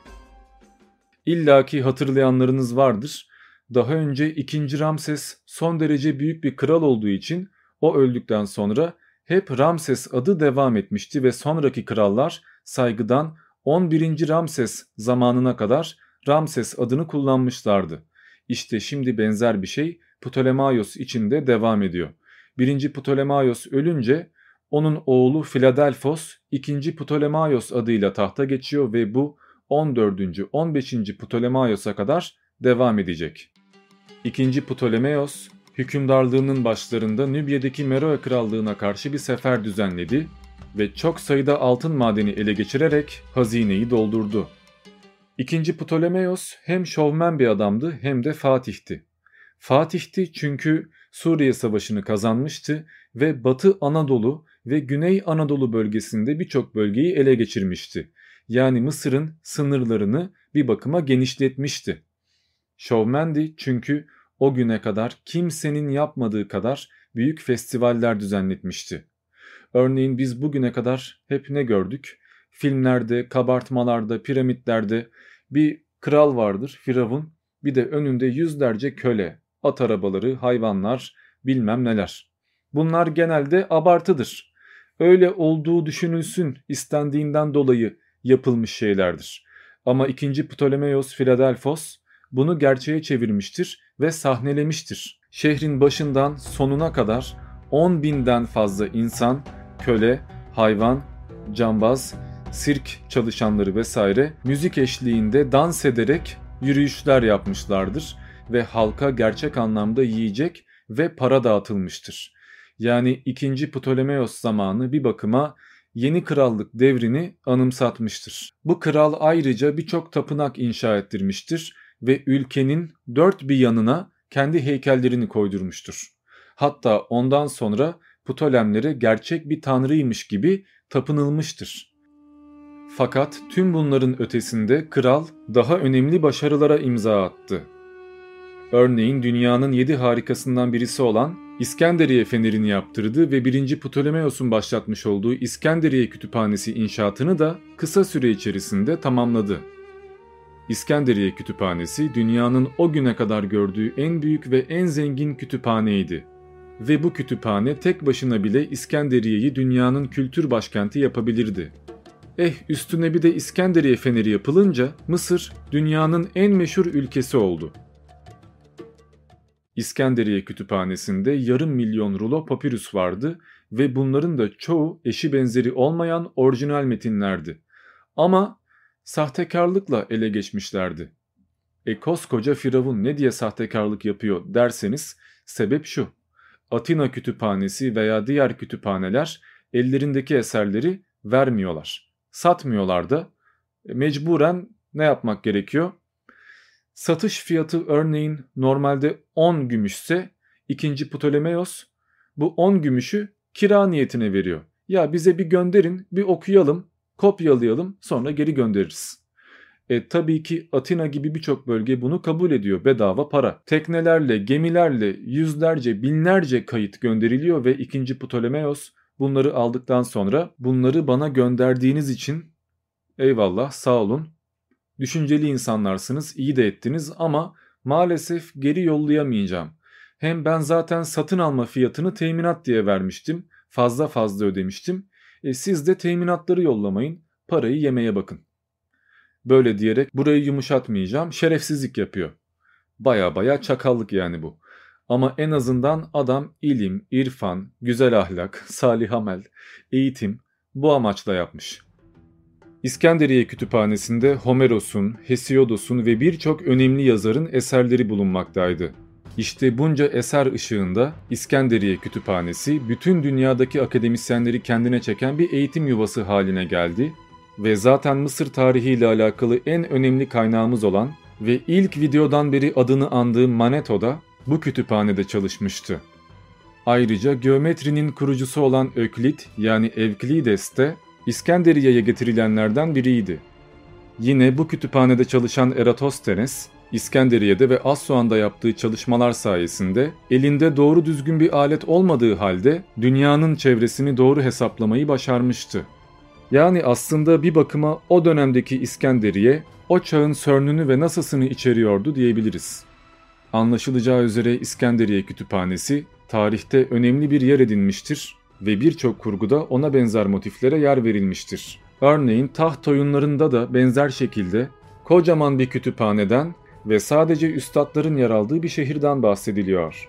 İlla ki hatırlayanlarınız vardır. Daha önce ikinci. Ramses son derece büyük bir kral olduğu için o öldükten sonra hep Ramses adı devam etmişti ve sonraki krallar saygıdan on birinci. Ramses zamanına kadar Ramses adını kullanmışlardı. İşte şimdi benzer bir şey Ptolemaios için de devam ediyor. birinci. Ptolemaios ölünce onun oğlu Filadelfos ikinci. Ptolemaios adıyla tahta geçiyor ve bu on dördüncü. on beşinci. Ptolemaios'a kadar devam edecek. ikinci. Ptolemaios hükümdarlığının başlarında Nübya'daki Meroe krallığına karşı bir sefer düzenledi ve çok sayıda altın madeni ele geçirerek hazineyi doldurdu. ikinci. Ptolemaios hem şovmen bir adamdı hem de fatihti. Fatihti çünkü Suriye Savaşı'nı kazanmıştı ve Batı Anadolu ve Güney Anadolu bölgesinde birçok bölgeyi ele geçirmişti. Yani Mısır'ın sınırlarını bir bakıma genişletmişti. Şovmendi çünkü o güne kadar kimsenin yapmadığı kadar büyük festivaller düzenletmişti. Örneğin biz bugüne kadar hep ne gördük? Filmlerde, kabartmalarda, piramitlerde bir kral vardır, firavun, bir de önünde yüzlerce köle, at arabaları, hayvanlar, bilmem neler. Bunlar genelde abartıdır. Öyle olduğu düşünülsün istendiğinden dolayı yapılmış şeylerdir. Ama ikinci. Ptolemaios Filadelfos bunu gerçeğe çevirmiştir ve sahnelemiştir. Şehrin başından sonuna kadar on binden fazla insan, köle, hayvan, cambaz, sirk çalışanları vesaire müzik eşliğinde dans ederek yürüyüşler yapmışlardır ve halka gerçek anlamda yiyecek ve para dağıtılmıştır. Yani ikinci. Ptolemaios zamanı bir bakıma yeni krallık devrini anımsatmıştır. Bu kral ayrıca birçok tapınak inşa ettirmiştir ve ülkenin dört bir yanına kendi heykellerini koydurmuştur. Hatta ondan sonra Ptolemlere gerçek bir tanrıymış gibi tapınılmıştır. Fakat tüm bunların ötesinde kral daha önemli başarılara imza attı. Örneğin dünyanın yedi harikasından birisi olan İskenderiye fenerini yaptırdı ve birinci. Ptolemaios'un başlatmış olduğu İskenderiye Kütüphanesi inşaatını da kısa süre içerisinde tamamladı. İskenderiye Kütüphanesi dünyanın o güne kadar gördüğü en büyük ve en zengin kütüphaneydi. Ve bu kütüphane tek başına bile İskenderiye'yi dünyanın kültür başkenti yapabilirdi. Eh üstüne bir de İskenderiye feneri yapılınca Mısır dünyanın en meşhur ülkesi oldu. İskenderiye Kütüphanesi'nde yarım milyon rulo papirüs vardı ve bunların da çoğu eşi benzeri olmayan orijinal metinlerdi. Ama sahtekarlıkla ele geçmişlerdi. E koskoca firavun ne diye sahtekarlık yapıyor derseniz sebep şu: Atina Kütüphanesi veya diğer kütüphaneler ellerindeki eserleri vermiyorlar. Satmıyorlar da. E, mecburen ne yapmak gerekiyor? Satış fiyatı örneğin normalde on gümüşse ikinci. Ptolemaios bu on gümüşü kira niyetine veriyor. Ya bize bir gönderin, bir okuyalım, kopyalayalım, sonra geri göndeririz. E tabii ki Atina gibi birçok bölge bunu kabul ediyor, bedava para. Teknelerle, gemilerle yüzlerce, binlerce kayıt gönderiliyor ve ikinci. Ptolemaios bunları aldıktan sonra bunları bana gönderdiğiniz için eyvallah, sağ olun. Düşünceli insanlarsınız, iyi de ettiniz ama maalesef geri yollayamayacağım. Hem ben zaten satın alma fiyatını teminat diye vermiştim, fazla fazla ödemiştim. E siz de teminatları yollamayın, parayı yemeye bakın. Böyle diyerek burayı yumuşatmayacağım, şerefsizlik yapıyor. Baya baya çakallık yani bu. Ama en azından adam ilim, irfan, güzel ahlak, salih amel, eğitim bu amaçla yapmış. İskenderiye Kütüphanesi'nde Homeros'un, Hesiodos'un ve birçok önemli yazarın eserleri bulunmaktaydı. İşte bunca eser ışığında İskenderiye Kütüphanesi bütün dünyadaki akademisyenleri kendine çeken bir eğitim yuvası haline geldi ve zaten Mısır tarihiyle alakalı en önemli kaynağımız olan ve ilk videodan beri adını andığım Maneto da bu kütüphanede çalışmıştı. Ayrıca geometrinin kurucusu olan Öklit yani Evklides de İskenderiye'ye getirilenlerden biriydi. Yine bu kütüphanede çalışan Eratosthenes, İskenderiye'de ve Assuan'da yaptığı çalışmalar sayesinde elinde doğru düzgün bir alet olmadığı halde dünyanın çevresini doğru hesaplamayı başarmıştı. Yani aslında bir bakıma o dönemdeki İskenderiye, o çağın Sörnünü ve NASA'sını içeriyordu diyebiliriz. Anlaşılacağı üzere İskenderiye Kütüphanesi tarihte önemli bir yer edinmiştir ve birçok kurguda ona benzer motiflere yer verilmiştir. Örneğin taht oyunlarında da benzer şekilde kocaman bir kütüphaneden ve sadece üstatların yer aldığı bir şehirden bahsediliyor.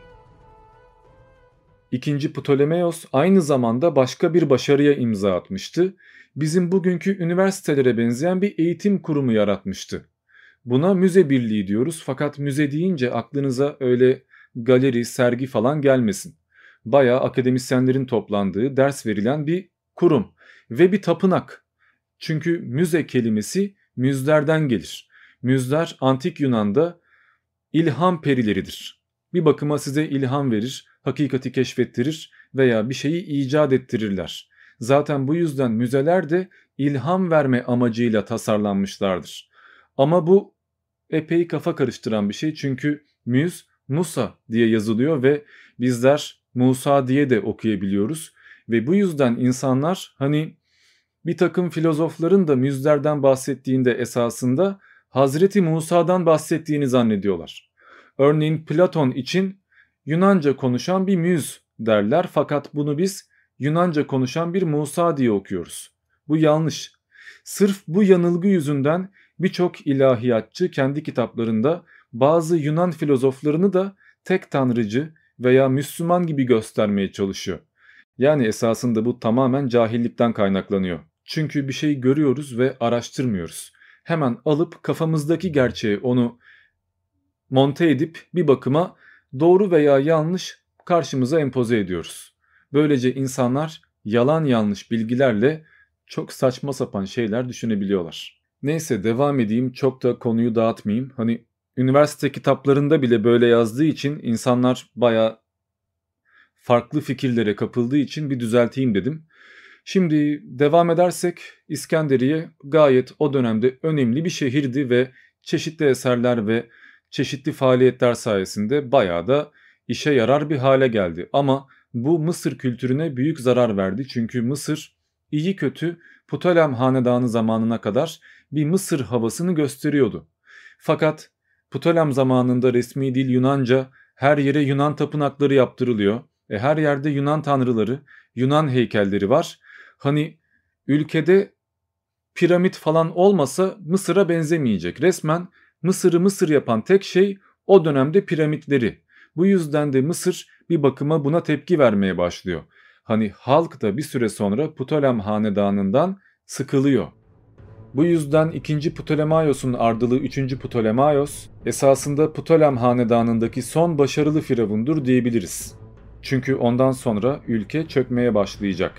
İkinci Ptolemaios aynı zamanda başka bir başarıya imza atmıştı. Bizim bugünkü üniversitelere benzeyen bir eğitim kurumu yaratmıştı. Buna müze birliği diyoruz fakat müze deyince aklınıza öyle galeri, sergi falan gelmesin. Bayağı akademisyenlerin toplandığı, ders verilen bir kurum ve bir tapınak. Çünkü müze kelimesi müzlerden gelir. Müzler antik Yunan'da ilham perileridir. Bir bakıma size ilham verir, hakikati keşfettirir veya bir şeyi icat ettirirler. Zaten bu yüzden müzeler de ilham verme amacıyla tasarlanmışlardır. Ama bu epey kafa karıştıran bir şey çünkü müz Musa diye yazılıyor ve bizler Musa diye de okuyabiliyoruz. Ve bu yüzden insanlar hani bir takım filozofların da müzlerden bahsettiğinde esasında Hazreti Musa'dan bahsettiğini zannediyorlar. Örneğin Platon için Yunanca konuşan bir müz derler fakat bunu biz Yunanca konuşan bir Musa diye okuyoruz. Bu yanlış. Sırf bu yanılgı yüzünden birçok ilahiyatçı kendi kitaplarında bazı Yunan filozoflarını da tek tanrıcı veya Müslüman gibi göstermeye çalışıyor. Yani esasında bu tamamen cahillikten kaynaklanıyor. Çünkü bir şey görüyoruz ve araştırmıyoruz. Hemen alıp kafamızdaki gerçeği onu monte edip bir bakıma doğru veya yanlış karşımıza empoze ediyoruz. Böylece insanlar yalan yanlış bilgilerle çok saçma sapan şeyler düşünebiliyorlar. Neyse devam edeyim, çok da konuyu dağıtmayayım. Hani üniversite kitaplarında bile böyle yazdığı için insanlar bayağı farklı fikirlere kapıldığı için bir düzelteyim dedim. Şimdi devam edersek İskenderiye gayet o dönemde önemli bir şehirdi ve çeşitli eserler ve çeşitli faaliyetler sayesinde bayağı da işe yarar bir hale geldi. Ama bu Mısır kültürüne büyük zarar verdi çünkü Mısır iyi kötü Ptolem Hanedanı zamanına kadar bir Mısır havasını gösteriyordu. Fakat Ptolem zamanında resmi dil Yunanca, her yere Yunan tapınakları yaptırılıyor. E her yerde Yunan tanrıları, Yunan heykelleri var. Hani ülkede piramit falan olmasa Mısır'a benzemeyecek. Resmen Mısır'ı Mısır yapan tek şey o dönemde piramitleri. Bu yüzden de Mısır bir bakıma buna tepki vermeye başlıyor. Hani halk da bir süre sonra Ptolem Hanedanı'ndan sıkılıyor. Bu yüzden ikinci Ptolemaios'un ardılı üçüncü Ptolemaios esasında Ptolem Hanedanı'ndaki son başarılı firavundur diyebiliriz. Çünkü ondan sonra ülke çökmeye başlayacak.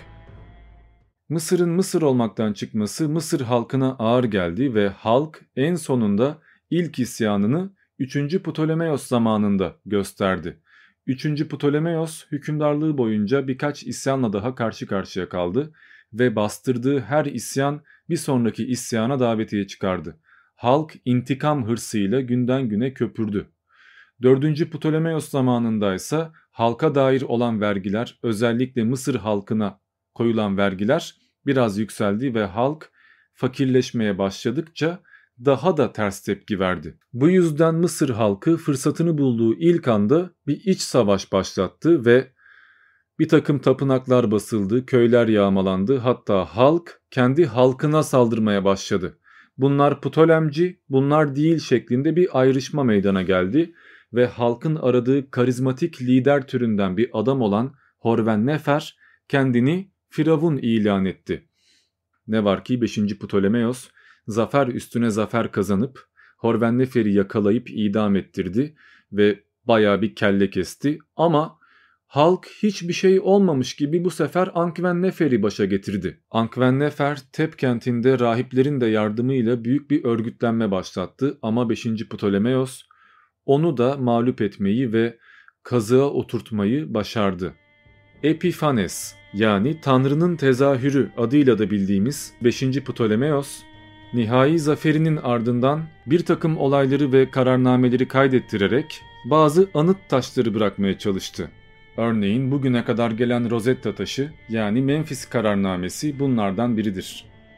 Mısır'ın Mısır olmaktan çıkması Mısır halkına ağır geldi ve halk en sonunda ilk isyanını üçüncü Ptolemaios zamanında gösterdi. üçüncü Ptolemaios hükümdarlığı boyunca birkaç isyanla daha karşı karşıya kaldı ve bastırdığı her isyan bir sonraki isyana davetiye çıkardı. Halk intikam hırsıyla günden güne köpürdü. dördüncü Ptolemaios zamanında ise halka dair olan vergiler, özellikle Mısır halkına koyulan vergiler biraz yükseldi ve halk fakirleşmeye başladıkça daha da ters tepki verdi. Bu yüzden Mısır halkı fırsatını bulduğu ilk anda bir iç savaş başlattı ve bir takım tapınaklar basıldı, köyler yağmalandı, hatta halk kendi halkına saldırmaya başladı. Bunlar Ptolemci, bunlar değil şeklinde bir ayrışma meydana geldi ve halkın aradığı karizmatik lider türünden bir adam olan Horvennefer kendini firavun ilan etti. Ne var ki beşinci Ptolemaios zafer üstüne zafer kazanıp Horvennefer'i yakalayıp idam ettirdi ve bayağı bir kelle kesti ama halk hiçbir şey olmamış gibi bu sefer Ankvennefer'i başa getirdi. Ankvennefer Tep kentinde rahiplerin de yardımıyla büyük bir örgütlenme başlattı ama beşinci Ptolemaios onu da mağlup etmeyi ve kazığa oturtmayı başardı. Epiphanes yani Tanrı'nın tezahürü adıyla da bildiğimiz beşinci Ptolemaios, nihai zaferinin ardından bir takım olayları ve kararnameleri kaydettirerek bazı anıt taşları bırakmaya çalıştı. Örneğin bugüne kadar gelen Rosetta taşı yani Memphis kararnamesi bunlardan biridir.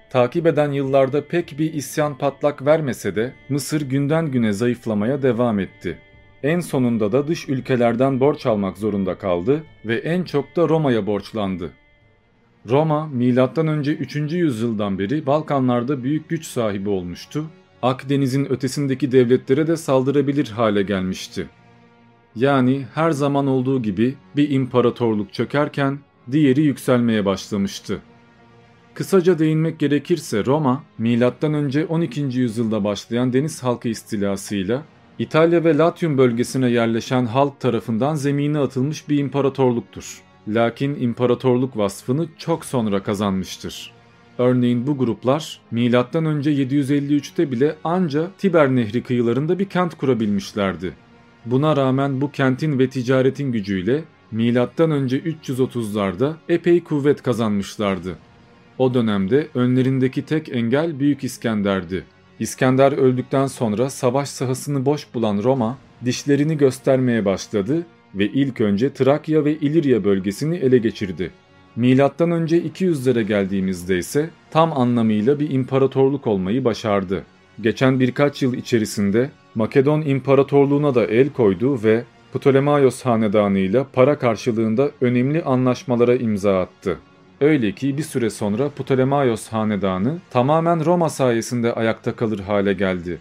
Takip eden yıllarda pek bir isyan patlak vermese de Mısır günden güne zayıflamaya devam etti. En sonunda da dış ülkelerden borç almak zorunda kaldı ve en çok da Roma'ya borçlandı. Roma, milattan önce üçüncü yüzyıldan beri Balkanlarda büyük güç sahibi olmuştu. Akdeniz'in ötesindeki devletlere de saldırabilir hale gelmişti. Yani her zaman olduğu gibi bir imparatorluk çökerken diğeri yükselmeye başlamıştı. Kısaca değinmek gerekirse Roma, milattan önce on ikinci yüzyılda başlayan deniz halkı istilasıyla İtalya ve Latium bölgesine yerleşen halk tarafından zemine atılmış bir imparatorluktur. Lakin imparatorluk vasfını çok sonra kazanmıştır. Örneğin bu gruplar milattan önce yedi yüz elli üçte bile anca Tiber Nehri kıyılarında bir kent kurabilmişlerdi. Buna rağmen bu kentin ve ticaretin gücüyle milattan önce üç yüz otuzlarda epey kuvvet kazanmışlardı. O dönemde önlerindeki tek engel Büyük İskender'di. İskender öldükten sonra savaş sahasını boş bulan Roma dişlerini göstermeye başladı ve ilk önce Trakya ve İlirya bölgesini ele geçirdi. Milattan önce iki yüzlere geldiğimizde ise tam anlamıyla bir imparatorluk olmayı başardı. Geçen birkaç yıl içerisinde Makedon İmparatorluğu'na da el koydu ve Ptolemaios hanedanıyla para karşılığında önemli anlaşmalara imza attı. Öyle ki bir süre sonra Ptolemaios hanedanı tamamen Roma sayesinde ayakta kalır hale geldi.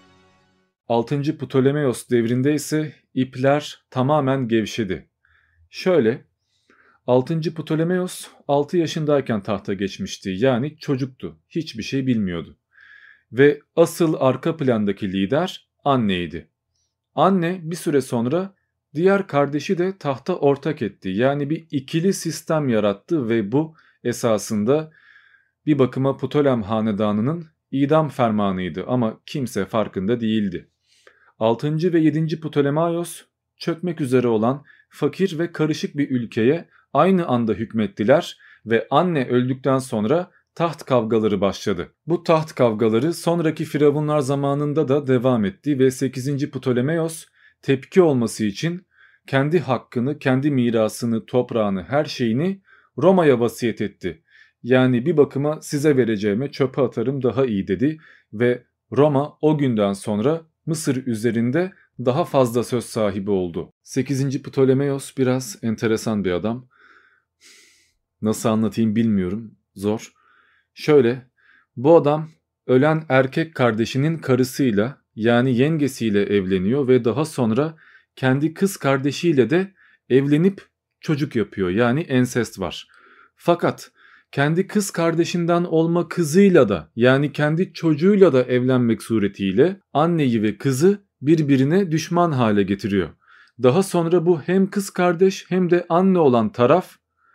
altıncı Ptolemaios devrinde ise ipler tamamen gevşedi. Şöyle, altıncı Ptolemaios altı yaşındayken tahta geçmişti, yani çocuktu, hiçbir şey bilmiyordu. Ve asıl arka plandaki lider Anne'ydi. Anne bir süre sonra diğer kardeşi de tahta ortak etti. Yani bir ikili sistem yarattı ve bu esasında bir bakıma Ptolem hanedanının idam fermanıydı ama kimse farkında değildi. altıncı ve yedinci Ptolemaios çökmek üzere olan fakir ve karışık bir ülkeye aynı anda hükmettiler ve Anne öldükten sonra taht kavgaları başladı. Bu taht kavgaları sonraki firavunlar zamanında da devam etti ve sekizinci Ptolemaios tepki olması için kendi hakkını, kendi mirasını, toprağını, her şeyini Roma'ya vasiyet etti. Yani bir bakıma size vereceğime çöpe atarım daha iyi dedi ve Roma o günden sonra Mısır üzerinde daha fazla söz sahibi oldu. sekizinci Ptolemaios biraz enteresan bir adam. Nasıl anlatayım bilmiyorum, zor. Şöyle, bu adam ölen erkek kardeşinin karısıyla, yani yengesiyle evleniyor ve daha sonra kendi kız kardeşiyle de evlenip çocuk yapıyor, yani ensest var. Fakat kendi kız kardeşinden olma kızıyla da, yani kendi çocuğuyla da evlenmek suretiyle anneyi ve kızı birbirine düşman hale getiriyor. Daha sonra bu hem kız kardeş hem de anne olan taraf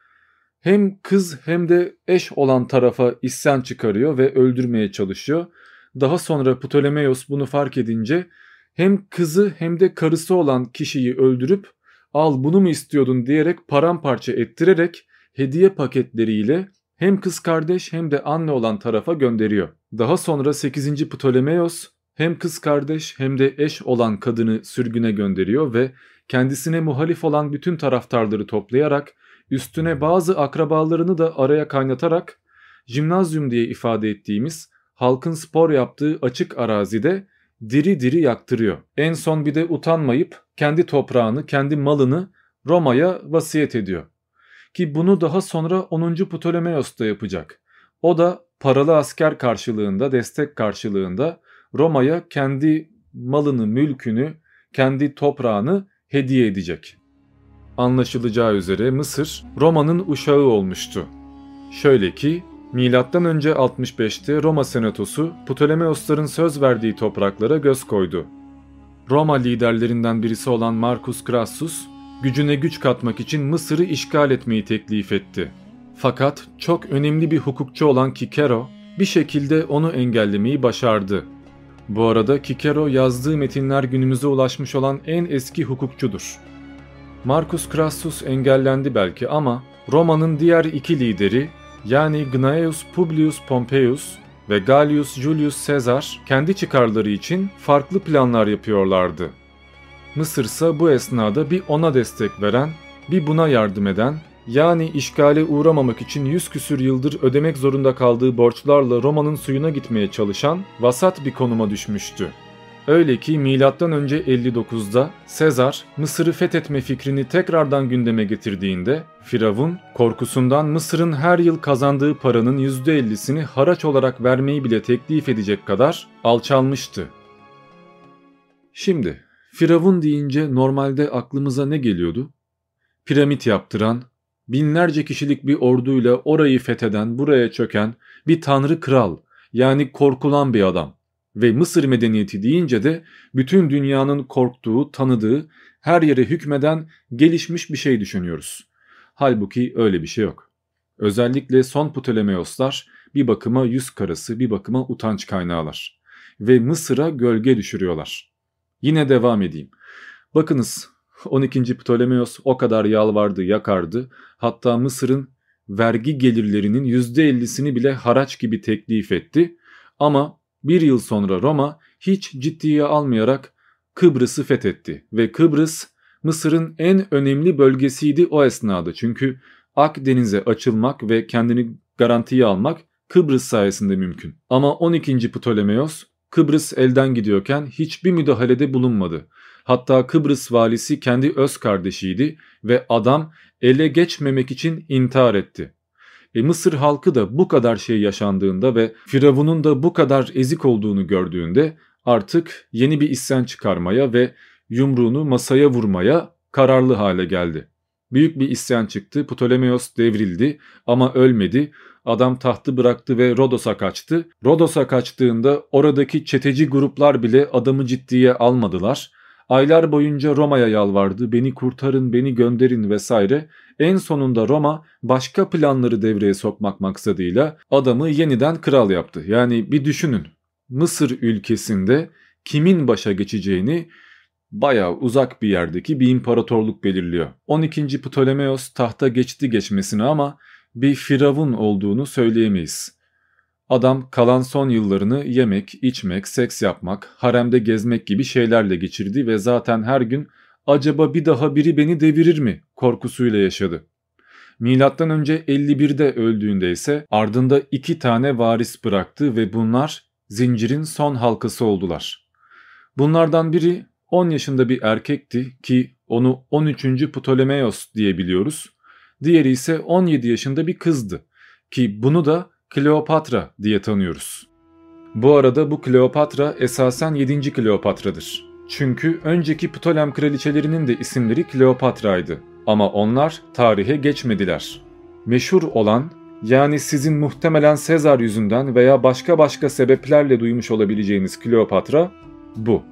hem kız hem de eş olan tarafa isyan çıkarıyor ve öldürmeye çalışıyor. Daha sonra Ptolemaios bunu fark edince hem kızı hem de karısı olan kişiyi öldürüp al bunu mu istiyordun diyerek paramparça ettirerek hediye paketleriyle hem kız kardeş hem de anne olan tarafa gönderiyor. Daha sonra sekizinci Ptolemaios hem kız kardeş hem de eş olan kadını sürgüne gönderiyor ve kendisine muhalif olan bütün taraftarları toplayarak üstüne bazı akrabalarını da araya kaynatarak jimnazyum diye ifade ettiğimiz halkın spor yaptığı açık arazide diri diri yaktırıyor. En son bir de utanmayıp kendi toprağını, kendi malını Roma'ya vasiyet ediyor. Ki bunu daha sonra onuncu Ptolemaios da yapacak. O da paralı asker karşılığında, destek karşılığında Roma'ya kendi malını, mülkünü, kendi toprağını hediye edecek. Anlaşılacağı üzere Mısır Roma'nın uşağı olmuştu. Şöyle ki milattan önce altmış beşte Roma Senatosu Ptolemaiosların söz verdiği topraklara göz koydu. Roma liderlerinden birisi olan Marcus Crassus gücüne güç katmak için Mısır'ı işgal etmeyi teklif etti. Fakat çok önemli bir hukukçu olan Kikero bir şekilde onu engellemeyi başardı. Bu arada Kikero yazdığı metinler günümüze ulaşmış olan en eski hukukçudur. Marcus Crassus engellendi belki ama Roma'nın diğer iki lideri yani Gnaeus Publius Pompeius ve Gaius Julius Caesar kendi çıkarları için farklı planlar yapıyorlardı. Mısır ise bu esnada bir ona destek veren, bir buna yardım eden, Yani işgale uğramamak için yüz küsür yıldır ödemek zorunda kaldığı borçlarla Roma'nın suyuna gitmeye çalışan vasat bir konuma düşmüştü. Öyle ki milattan önce elli dokuzda Sezar Mısır'ı fethetme fikrini tekrardan gündeme getirdiğinde Firavun korkusundan Mısır'ın her yıl kazandığı paranın yüzde ellisini haraç olarak vermeyi bile teklif edecek kadar alçalmıştı. Şimdi Firavun deyince normalde aklımıza ne geliyordu? Piramit yaptıran, binlerce kişilik bir orduyla orayı fetheden, buraya çöken bir tanrı kral, yani korkulan bir adam. Ve Mısır medeniyeti deyince de bütün dünyanın korktuğu, tanıdığı, her yere hükmeden gelişmiş bir şey düşünüyoruz. Halbuki öyle bir şey yok. Özellikle son Ptolemaioslar bir bakıma yüz karası, bir bakıma utanç kaynağılar. Ve Mısır'a gölge düşürüyorlar. Yine devam edeyim. Bakınız, on ikinci Ptolemaios o kadar yalvardı, yakardı. Hatta Mısır'ın vergi gelirlerinin yüzde ellisini bile haraç gibi teklif etti. Ama bir yıl sonra Roma hiç ciddiye almayarak Kıbrıs'ı fethetti. Ve Kıbrıs Mısır'ın en önemli bölgesiydi o esnada. Çünkü Akdeniz'e açılmak ve kendini garantiye almak Kıbrıs sayesinde mümkün. Ama on ikinci Ptolemaios Kıbrıs elden gidiyorken hiçbir müdahalede bulunmadı. Hatta Kıbrıs valisi kendi öz kardeşiydi ve adam ele geçmemek için intihar etti. E Mısır halkı da bu kadar şey yaşandığında ve Firavun'un da bu kadar ezik olduğunu gördüğünde artık yeni bir isyan çıkarmaya ve yumruğunu masaya vurmaya kararlı hale geldi. Büyük bir isyan çıktı. Ptolemaios devrildi ama ölmedi. Adam tahtı bıraktı ve Rodos'a kaçtı. Rodos'a kaçtığında oradaki çeteci gruplar bile adamı ciddiye almadılar. Aylar boyunca Roma'ya yalvardı, beni kurtarın, beni gönderin vesaire. En sonunda Roma başka planları devreye sokmak maksadıyla adamı yeniden kral yaptı. Yani bir düşünün, Mısır ülkesinde kimin başa geçeceğini bayağı uzak bir yerdeki bir imparatorluk belirliyor. on ikinci Ptolemaios tahta geçti geçmesine ama bir firavun olduğunu söyleyemeyiz. Adam kalan son yıllarını yemek, içmek, seks yapmak, haremde gezmek gibi şeylerle geçirdi ve zaten her gün acaba bir daha biri beni devirir mi korkusuyla yaşadı. Milattan önce elli birde öldüğünde ise ardında iki tane varis bıraktı ve bunlar zincirin son halkası oldular. Bunlardan biri on yaşında bir erkekti ki onu on üçüncü Ptolemaios diye biliyoruz. Diğeri ise on yedi yaşında bir kızdı ki bunu da Kleopatra diye tanıyoruz. Bu arada bu Kleopatra esasen yedinci Kleopatra'dır. Çünkü önceki Ptolem kraliçelerinin de isimleri Kleopatra'ydı. Ama onlar tarihe geçmediler. Meşhur olan, yani sizin muhtemelen Sezar yüzünden veya başka başka sebeplerle duymuş olabileceğiniz Kleopatra bu.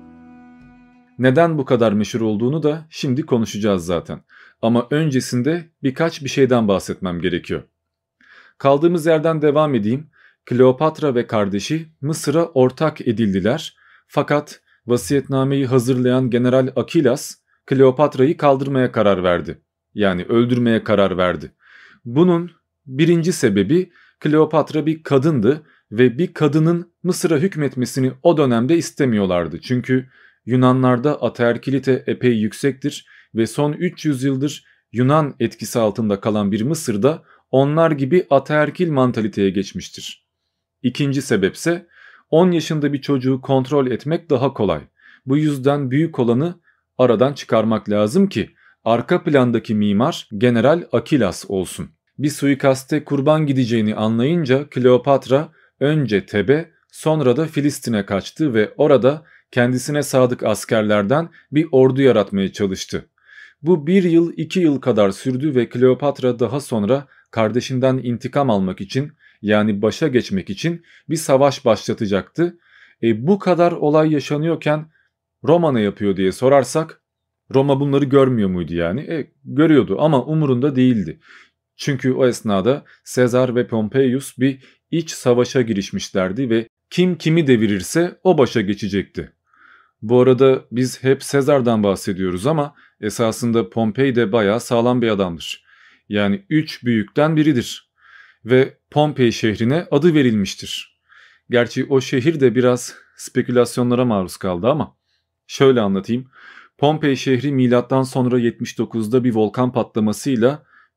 Neden bu kadar meşhur olduğunu da şimdi konuşacağız zaten. Ama öncesinde birkaç bir şeyden bahsetmem gerekiyor. Kaldığımız yerden devam edeyim. Kleopatra ve kardeşi Mısır'a ortak edildiler. Fakat vasiyetnameyi hazırlayan General Akilas Kleopatra'yı kaldırmaya karar verdi. Yani öldürmeye karar verdi. Bunun birinci sebebi Kleopatra bir kadındı ve bir kadının Mısır'a hükmetmesini o dönemde istemiyorlardı. Çünkü Yunanlarda ataerkilite epey yüksektir ve son üç yüz yıldır Yunan etkisi altında kalan bir Mısır'da onlar gibi ataerkil mantaliteye geçmiştir. İkinci sebepse on yaşında bir çocuğu kontrol etmek daha kolay. Bu yüzden büyük olanı aradan çıkarmak lazım ki arka plandaki mimar General Akilas olsun. Bir suikaste kurban gideceğini anlayınca Kleopatra önce Tebe sonra da Filistin'e kaçtı ve orada kendisine sadık askerlerden bir ordu yaratmaya çalıştı. Bu bir yıl iki yıl kadar sürdü ve Kleopatra daha sonra kardeşinden intikam almak için, yani başa geçmek için bir savaş başlatacaktı. E, bu kadar olay yaşanıyorken Roma ne yapıyor diye sorarsak Roma bunları görmüyor muydu yani? E, görüyordu ama umurunda değildi. Çünkü o esnada Sezar ve Pompeius bir iç savaşa girişmişlerdi ve kim kimi devirirse o başa geçecekti. Bu arada biz hep Sezar'dan bahsediyoruz ama esasında Pompei de bayağı sağlam bir adamdır. Yani üç büyükten biridir ve Pompei şehrine adı verilmiştir. Gerçi o şehir de biraz spekülasyonlara maruz kaldı ama şöyle anlatayım. Pompei şehri milattan sonra yetmiş dokuzda bir volkan patlamasıyla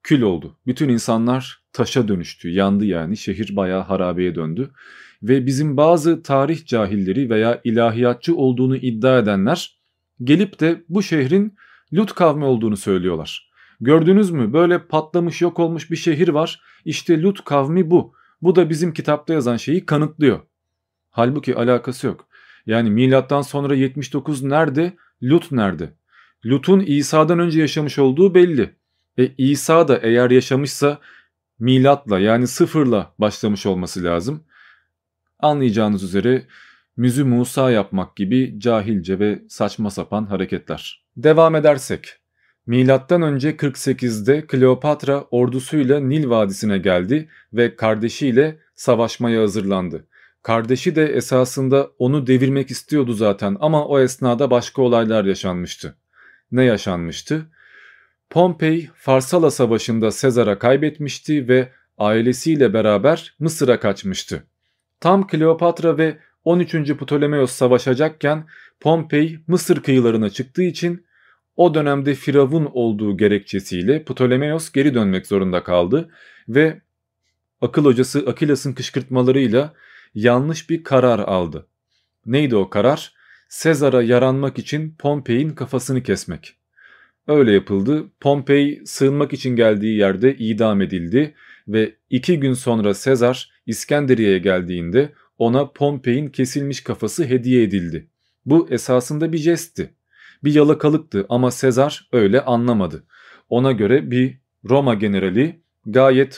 kül oldu. Bütün insanlar taşa dönüştü, yandı yani. Şehir bayağı harabeye döndü. Ve bizim bazı tarih cahilleri veya ilahiyatçı olduğunu iddia edenler gelip de bu şehrin Lut kavmi olduğunu söylüyorlar. Gördünüz mü? Böyle patlamış yok olmuş bir şehir var. İşte Lut kavmi bu. Bu da bizim kitapta yazan şeyi kanıtlıyor. Halbuki alakası yok. Yani milattan sonra yetmiş dokuz nerede? Lut nerede? Lut'un İsa'dan önce yaşamış olduğu belli. E İsa da eğer yaşamışsa milatla yani sıfırla başlamış olması lazım. Anlayacağınız üzere müzü Musa yapmak gibi cahilce ve saçma sapan hareketler. Devam edersek. Milattan önce kırk sekizde Kleopatra ordusuyla Nil Vadisi'ne geldi ve kardeşiyle savaşmaya hazırlandı. Kardeşi de esasında onu devirmek istiyordu zaten ama o esnada başka olaylar yaşanmıştı. Ne yaşanmıştı? Pompei Farsala Savaşı'nda Sezar'a kaybetmişti ve ailesiyle beraber Mısır'a kaçmıştı. Tam Kleopatra ve on üçüncü Ptolemaios savaşacakken Pompei Mısır kıyılarına çıktığı için o dönemde firavun olduğu gerekçesiyle Ptolemaios geri dönmek zorunda kaldı ve akıl hocası Akilas'ın kışkırtmalarıyla yanlış bir karar aldı. Neydi o karar? Sezar'a yaranmak için Pompei'nin kafasını kesmek. Öyle yapıldı. Pompei sığınmak için geldiği yerde idam edildi ve iki gün sonra Sezar İskenderiye'ye geldiğinde ona Pompei'nin kesilmiş kafası hediye edildi. Bu esasında bir jestti. Bir yalakalıktı ama Sezar öyle anlamadı. Ona göre bir Roma generali gayet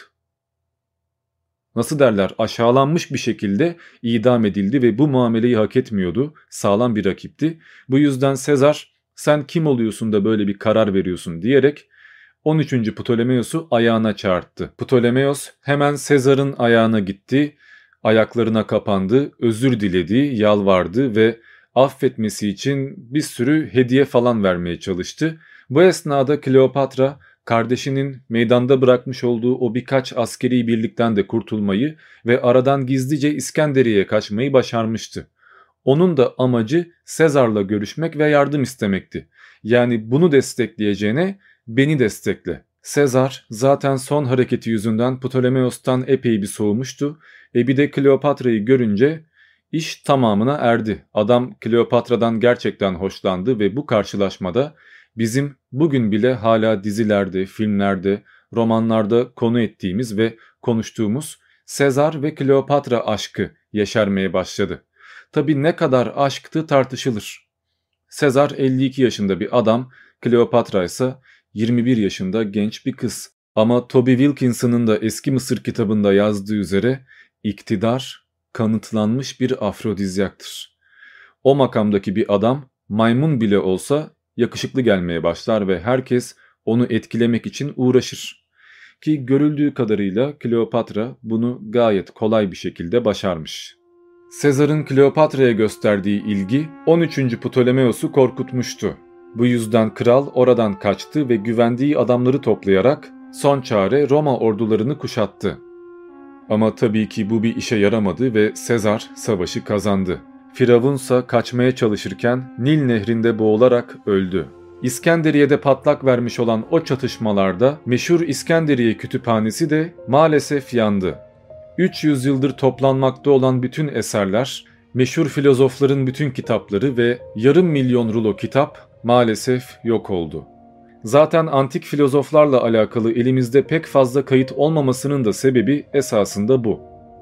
nasıl derler aşağılanmış bir şekilde idam edildi ve bu muameleyi hak etmiyordu. Sağlam bir rakipti. Bu yüzden Sezar sen kim oluyorsun da böyle bir karar veriyorsun diyerek on üçüncü Ptolemaios'u ayağına çağırttı. Ptolemaios hemen Sezar'ın ayağına gitti, ayaklarına kapandı, özür diledi, yalvardı ve affetmesi için bir sürü hediye falan vermeye çalıştı. Bu esnada Kleopatra kardeşinin meydanda bırakmış olduğu o birkaç askeri birlikten de kurtulmayı ve aradan gizlice İskenderiye'ye kaçmayı başarmıştı. Onun da amacı Sezar'la görüşmek ve yardım istemekti. Yani bunu destekleyeceğine beni destekle. Sezar zaten son hareketi yüzünden Ptolemaios'tan epey bir soğumuştu. E bir de Kleopatra'yı görünce iş tamamına erdi. Adam Kleopatra'dan gerçekten hoşlandı ve bu karşılaşmada bizim bugün bile hala dizilerde, filmlerde, romanlarda konu ettiğimiz ve konuştuğumuz Sezar ve Kleopatra aşkı yeşermeye başladı. Tabii ne kadar aşktı tartışılır. Sezar elli iki yaşında bir adam, Kleopatra ise yirmi bir yaşında genç bir kız. Ama Toby Wilkinson'ın da Eski Mısır kitabında yazdığı üzere iktidar kanıtlanmış bir afrodizyaktır. O makamdaki bir adam maymun bile olsa yakışıklı gelmeye başlar ve herkes onu etkilemek için uğraşır. Ki görüldüğü kadarıyla Kleopatra bunu gayet kolay bir şekilde başarmış. Sezar'ın Kleopatra'ya gösterdiği ilgi on üçüncü Ptolemaios'u korkutmuştu. Bu yüzden kral oradan kaçtı ve güvendiği adamları toplayarak son çare Roma ordularını kuşattı. Ama tabii ki bu bir işe yaramadı ve Sezar savaşı kazandı. Firavunsa kaçmaya çalışırken Nil nehrinde boğularak öldü. İskenderiye'de patlak vermiş olan o çatışmalarda meşhur İskenderiye Kütüphanesi de maalesef yandı. üç yüz yıldır toplanmakta olan bütün eserler, meşhur filozofların bütün kitapları ve yarım milyon rulo kitap maalesef yok oldu. Zaten antik filozoflarla alakalı elimizde pek fazla kayıt olmamasının da sebebi esasında bu.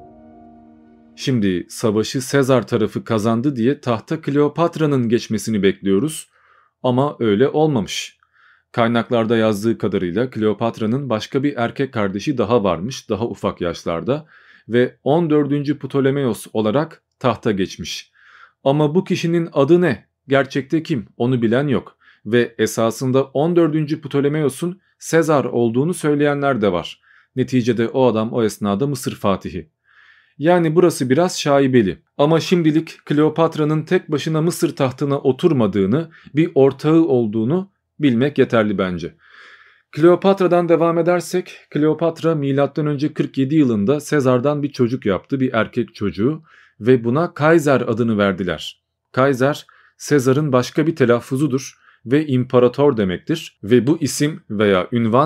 Şimdi savaşı Sezar tarafı kazandı diye tahta Kleopatra'nın geçmesini bekliyoruz ama öyle olmamış. Kaynaklarda yazdığı kadarıyla Kleopatra'nın başka bir erkek kardeşi daha varmış, daha ufak yaşlarda ve on dördüncü Ptolemaios olarak tahta geçmiş. Ama bu kişinin adı ne? Gerçekte kim? Onu bilen yok. Ve esasında on dördüncü Ptolemaios'un Sezar olduğunu söyleyenler de var. Neticede o adam o esnada Mısır Fatihi. Yani burası biraz şaibeli. Ama şimdilik Kleopatra'nın tek başına Mısır tahtına oturmadığını, bir ortağı olduğunu bilmek yeterli bence. Kleopatra'dan devam edersek, Kleopatra milattan önce kırk yedi yılında Sezar'dan bir çocuk yaptı, bir erkek çocuğu ve buna Kaiser adını verdiler. Kaiser, Sezar'ın başka bir telaffuzudur ve imparator demektir ve bu isim veya ünvan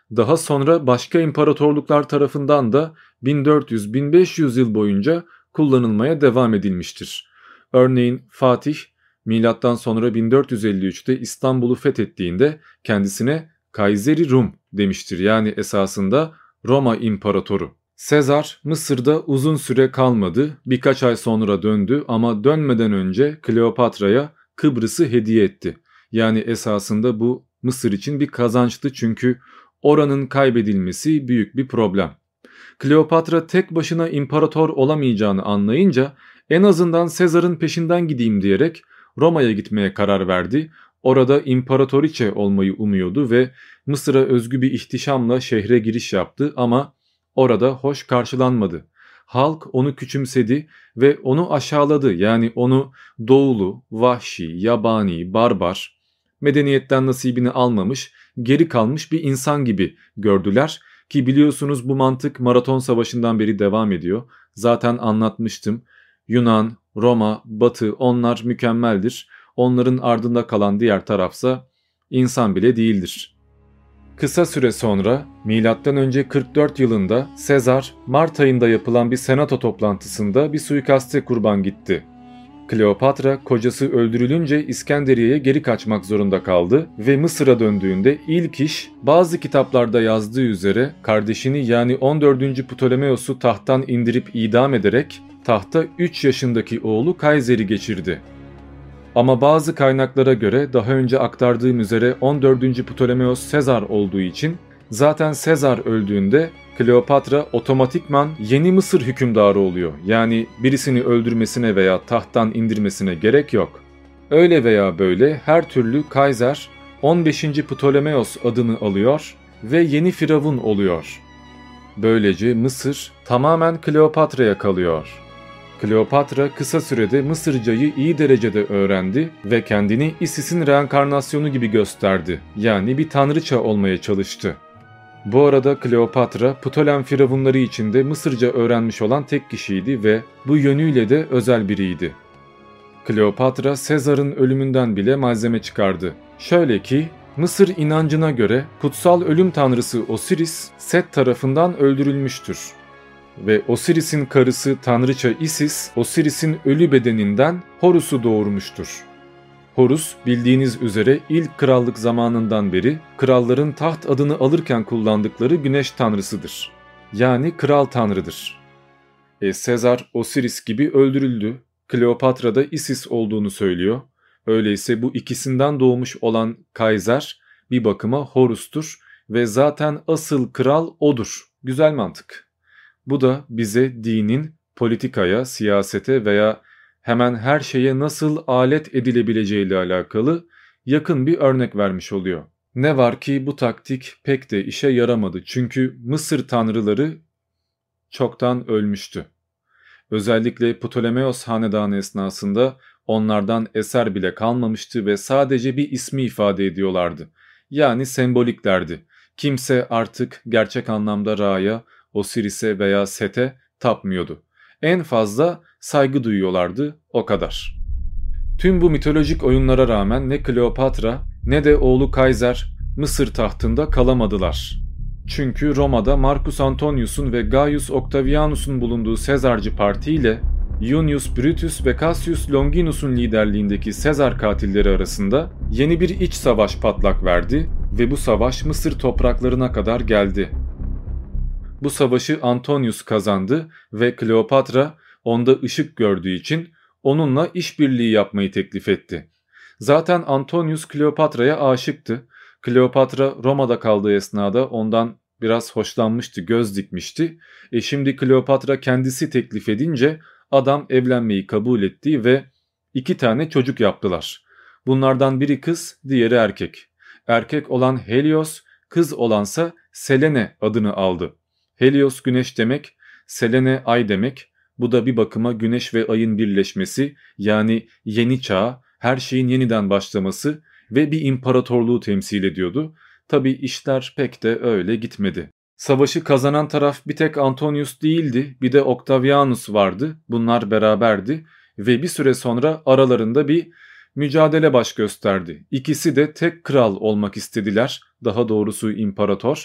Daha sonra başka imparatorluklar tarafından da bin dört yüz bin beş yüz yıl boyunca kullanılmaya devam edilmiştir. Örneğin Fatih milattan sonra bin dört yüz elli üçte İstanbul'u fethettiğinde kendisine Kayseri Rum demiştir. Yani esasında Roma İmparatoru. Sezar Mısır'da uzun süre kalmadı, birkaç ay sonra döndü ama dönmeden önce Kleopatra'ya Kıbrıs'ı hediye etti. Yani esasında bu Mısır için bir kazançtı çünkü oranın kaybedilmesi büyük bir problem. Kleopatra tek başına imparator olamayacağını anlayınca en azından Sezar'ın peşinden gideyim diyerek Roma'ya gitmeye karar verdi. Orada imparatoriçe olmayı umuyordu ve Mısır'a özgü bir ihtişamla şehre giriş yaptı ama orada hoş karşılanmadı. Halk onu küçümsedi ve onu aşağıladı. Yani onu doğulu, vahşi, yabani, barbar, medeniyetten nasibini almamış, geri kalmış bir insan gibi gördüler. Ki biliyorsunuz bu mantık Maraton Savaşı'ndan beri devam ediyor. Zaten anlatmıştım. Yunan, Roma, Batı onlar mükemmeldir. Onların ardında kalan diğer tarafsa insan bile değildir. Kısa süre sonra milattan önce kırk dört yılında Sezar Mart ayında yapılan bir senato toplantısında bir suikaste kurban gitti. Kleopatra kocası öldürülünce İskenderiye'ye geri kaçmak zorunda kaldı ve Mısır'a döndüğünde ilk iş bazı kitaplarda yazdığı üzere kardeşini yani on dördüncü Ptolemeos'u tahttan indirip idam ederek tahta üç yaşındaki oğlu Kayser'i geçirdi. Ama bazı kaynaklara göre daha önce aktardığım üzere on dördüncü Ptolemeos Sezar olduğu için zaten Sezar öldüğünde Kleopatra otomatikman yeni Mısır hükümdarı oluyor. Yani birisini öldürmesine veya tahttan indirmesine gerek yok. Öyle veya böyle her türlü Kayser on beşinci Ptolemeos adını alıyor ve yeni firavun oluyor. Böylece Mısır tamamen Kleopatra'ya kalıyor. Kleopatra kısa sürede Mısırcayı iyi derecede öğrendi ve kendini Isis'in reenkarnasyonu gibi gösterdi. Yani bir tanrıça olmaya çalıştı. Bu arada Kleopatra Ptolem firavunları içinde Mısırca öğrenmiş olan tek kişiydi ve bu yönüyle de özel biriydi. Kleopatra Sezar'ın ölümünden bile malzeme çıkardı. Şöyle ki Mısır inancına göre kutsal ölüm tanrısı Osiris Set tarafından öldürülmüştür. Ve Osiris'in karısı tanrıça Isis, Osiris'in ölü bedeninden Horus'u doğurmuştur. Horus bildiğiniz üzere ilk krallık zamanından beri kralların taht adını alırken kullandıkları güneş tanrısıdır. Yani kral tanrıdır. E Sezar Osiris gibi öldürüldü. Kleopatra da Isis olduğunu söylüyor. Öyleyse bu ikisinden doğmuş olan Kayser bir bakıma Horus'tur ve zaten asıl kral odur. Güzel mantık. Bu da bize dinin politikaya, siyasete veya hemen her şeye nasıl alet edilebileceği ile alakalı yakın bir örnek vermiş oluyor. Ne var ki bu taktik pek de işe yaramadı çünkü Mısır tanrıları çoktan ölmüştü. Özellikle Ptolemeos hanedanı esnasında onlardan eser bile kalmamıştı ve sadece bir ismi ifade ediyorlardı. Yani semboliklerdi. Kimse artık gerçek anlamda Ra'ya, Osiris'e veya Set'e tapmıyordu. En fazla saygı duyuyorlardı, o kadar. Tüm bu mitolojik oyunlara rağmen ne Kleopatra ne de oğlu Kayser Mısır tahtında kalamadılar. Çünkü Roma'da Marcus Antonius'un ve Gaius Octavianus'un bulunduğu Sezarcı Parti ile Junius Brutus ve Cassius Longinus'un liderliğindeki Sezar katilleri arasında yeni bir iç savaş patlak verdi ve bu savaş Mısır topraklarına kadar geldi. Bu savaşı Antonius kazandı ve Kleopatra onda ışık gördüğü için onunla işbirliği yapmayı teklif etti. Zaten Antonius Kleopatra'ya aşıktı. Kleopatra Roma'da kaldığı esnada ondan biraz hoşlanmıştı, göz dikmişti. E şimdi Kleopatra kendisi teklif edince adam evlenmeyi kabul etti ve iki tane çocuk yaptılar. Bunlardan biri kız, diğeri erkek. Erkek olan Helios, kız olansa Selene adını aldı. Helios güneş demek, Selene ay demek. Bu da bir bakıma güneş ve ayın birleşmesi, yani yeni çağ, her şeyin yeniden başlaması ve bir imparatorluğu temsil ediyordu. Tabi işler pek de öyle gitmedi. Savaşı kazanan taraf bir tek Antonius değildi, bir de Octavianus vardı. Bunlar beraberdi ve bir süre sonra aralarında bir mücadele baş gösterdi. İkisi de tek kral olmak istediler, daha doğrusu imparator.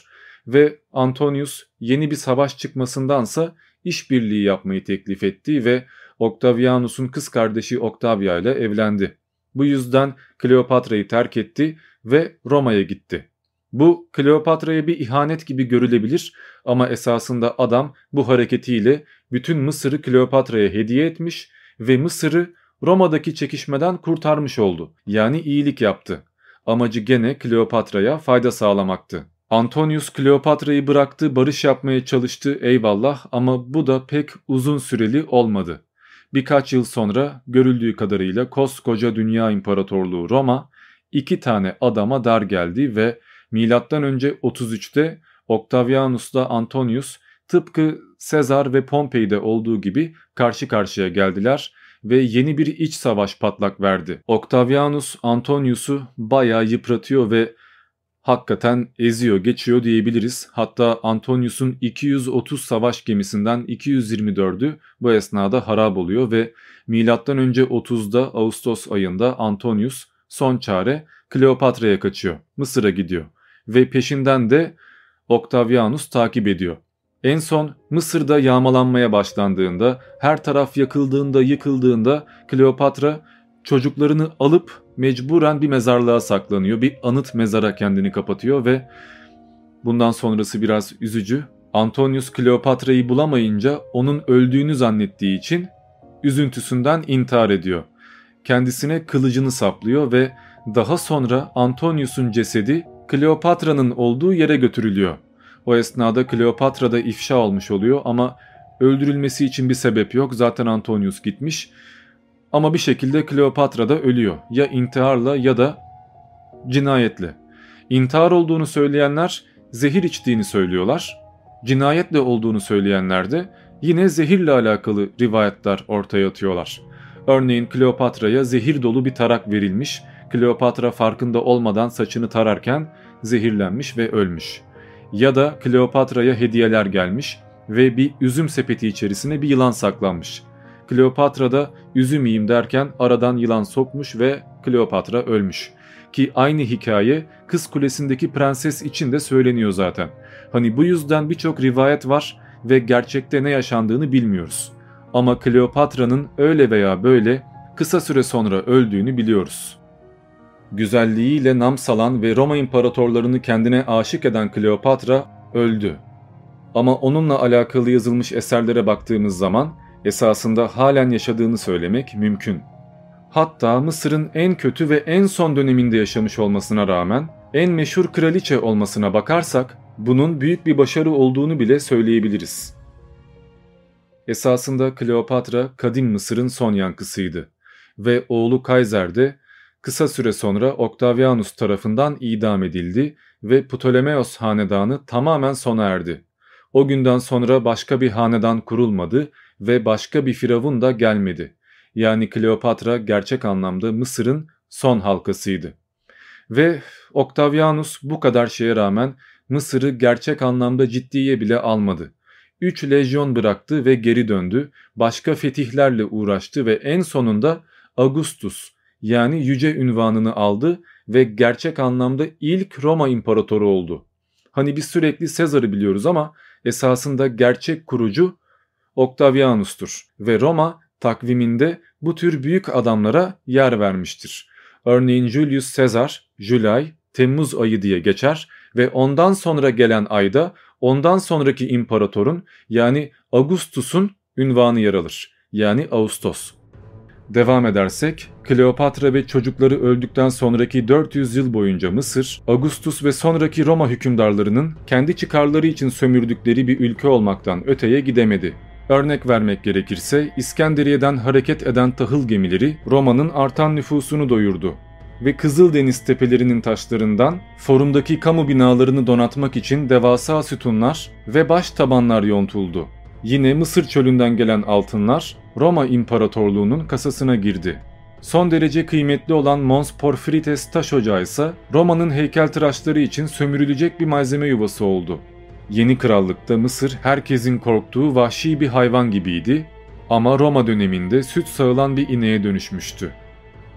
ve Antonius yeni bir savaş çıkmasındansa işbirliği yapmayı teklif etti ve Octavianus'un kız kardeşi Octavia ile evlendi. Bu yüzden Kleopatra'yı terk etti ve Roma'ya gitti. Bu Kleopatra'ya bir ihanet gibi görülebilir ama esasında adam bu hareketiyle bütün Mısır'ı Kleopatra'ya hediye etmiş ve Mısır'ı Roma'daki çekişmeden kurtarmış oldu. Yani iyilik yaptı. Amacı gene Kleopatra'ya fayda sağlamaktı. Antonius Kleopatra'yı bıraktı, barış yapmaya çalıştı, eyvallah, ama bu da pek uzun süreli olmadı. Birkaç yıl sonra görüldüğü kadarıyla koskoca dünya imparatorluğu Roma iki tane adama dar geldi ve milattan önce otuz üçte Octavianus'la Antonius tıpkı Sezar ve Pompei'de olduğu gibi karşı karşıya geldiler ve yeni bir iç savaş patlak verdi. Octavianus Antonius'u bayağı yıpratıyor ve hakikaten eziyor, geçiyor diyebiliriz. Hatta Antonius'un iki yüz otuz savaş gemisinden iki yüz yirmi dördü bu esnada harap oluyor ve milattan önce otuzda Ağustos ayında Antonius son çare Kleopatra'ya kaçıyor. Mısır'a gidiyor ve peşinden de Octavianus takip ediyor. En son Mısır'da yağmalanmaya başlandığında, her taraf yakıldığında, yıkıldığında Kleopatra çocuklarını alıp mecburen bir mezarlığa saklanıyor. Bir anıt mezara kendini kapatıyor ve bundan sonrası biraz üzücü. Antonius Kleopatra'yı bulamayınca onun öldüğünü zannettiği için üzüntüsünden intihar ediyor. Kendisine kılıcını saplıyor ve daha sonra Antonius'un cesedi Kleopatra'nın olduğu yere götürülüyor. O esnada Kleopatra da ifşa olmuş oluyor ama öldürülmesi için bir sebep yok. Zaten Antonius gitmiş. Ama bir şekilde Kleopatra da ölüyor. Ya intiharla ya da cinayetle. İntihar olduğunu söyleyenler zehir içtiğini söylüyorlar. Cinayetle olduğunu söyleyenler de yine zehirle alakalı rivayetler ortaya atıyorlar. Örneğin Kleopatra'ya zehir dolu bir tarak verilmiş. Kleopatra farkında olmadan saçını tararken zehirlenmiş ve ölmüş. Ya da Kleopatra'ya hediyeler gelmiş ve bir üzüm sepeti içerisine bir yılan saklanmış. Kleopatra da üzüm yiyeyim derken aradan yılan sokmuş ve Kleopatra ölmüş. Ki aynı hikaye Kız Kulesi'ndeki prenses için de söyleniyor zaten. Hani bu yüzden birçok rivayet var ve gerçekte ne yaşandığını bilmiyoruz. Ama Kleopatra'nın öyle veya böyle kısa süre sonra öldüğünü biliyoruz. Güzelliğiyle nam salan ve Roma imparatorlarını kendine aşık eden Kleopatra öldü. Ama onunla alakalı yazılmış eserlere baktığımız zaman esasında halen yaşadığını söylemek mümkün. Hatta Mısır'ın en kötü ve en son döneminde yaşamış olmasına rağmen en meşhur kraliçe olmasına bakarsak bunun büyük bir başarı olduğunu bile söyleyebiliriz. Esasında Kleopatra kadim Mısır'ın son yankısıydı ve oğlu Kayser de kısa süre sonra Octavianus tarafından idam edildi ve Ptolemeos hanedanı tamamen sona erdi. O günden sonra başka bir hanedan kurulmadı ve başka bir firavun da gelmedi. Yani Kleopatra gerçek anlamda Mısır'ın son halkasıydı. Ve Octavianus bu kadar şeye rağmen Mısır'ı gerçek anlamda ciddiye bile almadı. Üç lejyon bıraktı ve geri döndü, başka fetihlerle uğraştı ve en sonunda Augustus yani yüce ünvanını aldı ve gerçek anlamda ilk Roma imparatoru oldu. Hani biz sürekli Sezar'ı biliyoruz ama esasında gerçek kurucu Octavianus'tur ve Roma takviminde bu tür büyük adamlara yer vermiştir. Örneğin Julius Caesar, July, Temmuz ayı diye geçer ve ondan sonra gelen ayda ondan sonraki imparatorun yani Augustus'un ünvanı yer alır. Yani Ağustos. Devam edersek, Kleopatra ve çocukları öldükten sonraki dört yüz yıl boyunca Mısır, Augustus ve sonraki Roma hükümdarlarının kendi çıkarları için sömürdükleri bir ülke olmaktan öteye gidemedi. Örnek vermek gerekirse İskenderiye'den hareket eden tahıl gemileri Roma'nın artan nüfusunu doyurdu ve Kızıldeniz tepelerinin taşlarından forumdaki kamu binalarını donatmak için devasa sütunlar ve baş tabanlar yontuldu. Yine Mısır çölünden gelen altınlar Roma İmparatorluğu'nun kasasına girdi. Son derece kıymetli olan Mons Porphyrites taş ocağı ise Roma'nın heykeltıraşları için sömürülecek bir malzeme yuvası oldu. Yeni krallıkta Mısır herkesin korktuğu vahşi bir hayvan gibiydi ama Roma döneminde süt sağılan bir ineğe dönüşmüştü.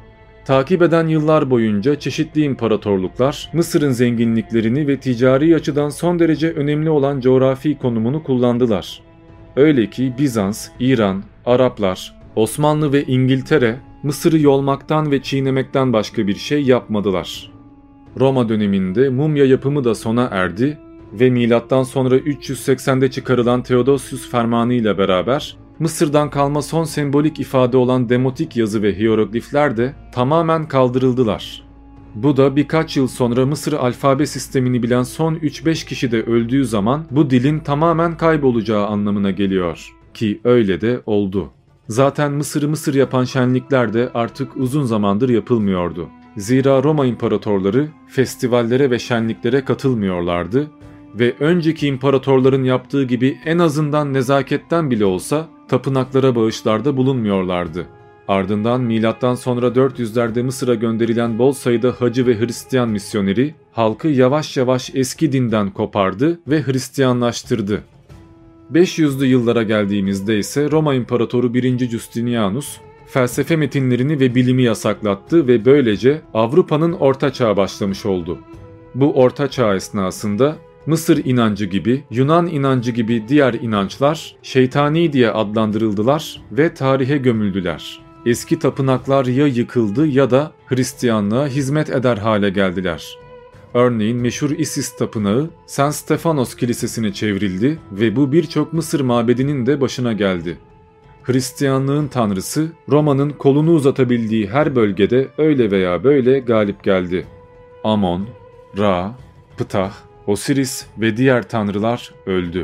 Takip eden yıllar boyunca çeşitli imparatorluklar Mısır'ın zenginliklerini ve ticari açıdan son derece önemli olan coğrafi konumunu kullandılar. Öyle ki Bizans, İran, Araplar, Osmanlı ve İngiltere Mısır'ı yolmaktan ve çiğnemekten başka bir şey yapmadılar. Roma döneminde mumya yapımı da sona erdi ve milattan sonra üç yüz seksende çıkarılan Theodosius Fermanı ile beraber Mısır'dan kalma son sembolik ifade olan demotik yazı ve hiyeroglifler de tamamen kaldırıldılar. Bu da birkaç yıl sonra Mısır alfabe sistemini bilen son üç beş kişi de öldüğü zaman bu dilin tamamen kaybolacağı anlamına geliyor. Ki öyle de oldu. Zaten Mısır'ı Mısır yapan şenlikler de artık uzun zamandır yapılmıyordu. Zira Roma imparatorları festivallere ve şenliklere katılmıyorlardı ve önceki imparatorların yaptığı gibi en azından nezaketten bile olsa tapınaklara bağışlarda bulunmuyorlardı. Ardından milattan sonra dört yüzlerde Mısır'a gönderilen bol sayıda hacı ve Hristiyan misyoneri halkı yavaş yavaş eski dinden kopardı ve Hristiyanlaştırdı. beş yüzlü yıllara geldiğimizde ise Roma İmparatoru birinci. Justinianus felsefe metinlerini ve bilimi yasaklattı ve böylece Avrupa'nın Orta Çağı başlamış oldu. Bu Orta Çağ esnasında Mısır inancı gibi, Yunan inancı gibi diğer inançlar şeytani diye adlandırıldılar ve tarihe gömüldüler. Eski tapınaklar ya yıkıldı ya da Hristiyanlığa hizmet eder hale geldiler. Örneğin meşhur Isis tapınağı San Stefanos Kilisesi'ne çevrildi ve bu birçok Mısır mabedinin de başına geldi. Hristiyanlığın tanrısı Roma'nın kolunu uzatabildiği her bölgede öyle veya böyle galip geldi. Amon, Ra, Ptah, Osiris ve diğer tanrılar öldü.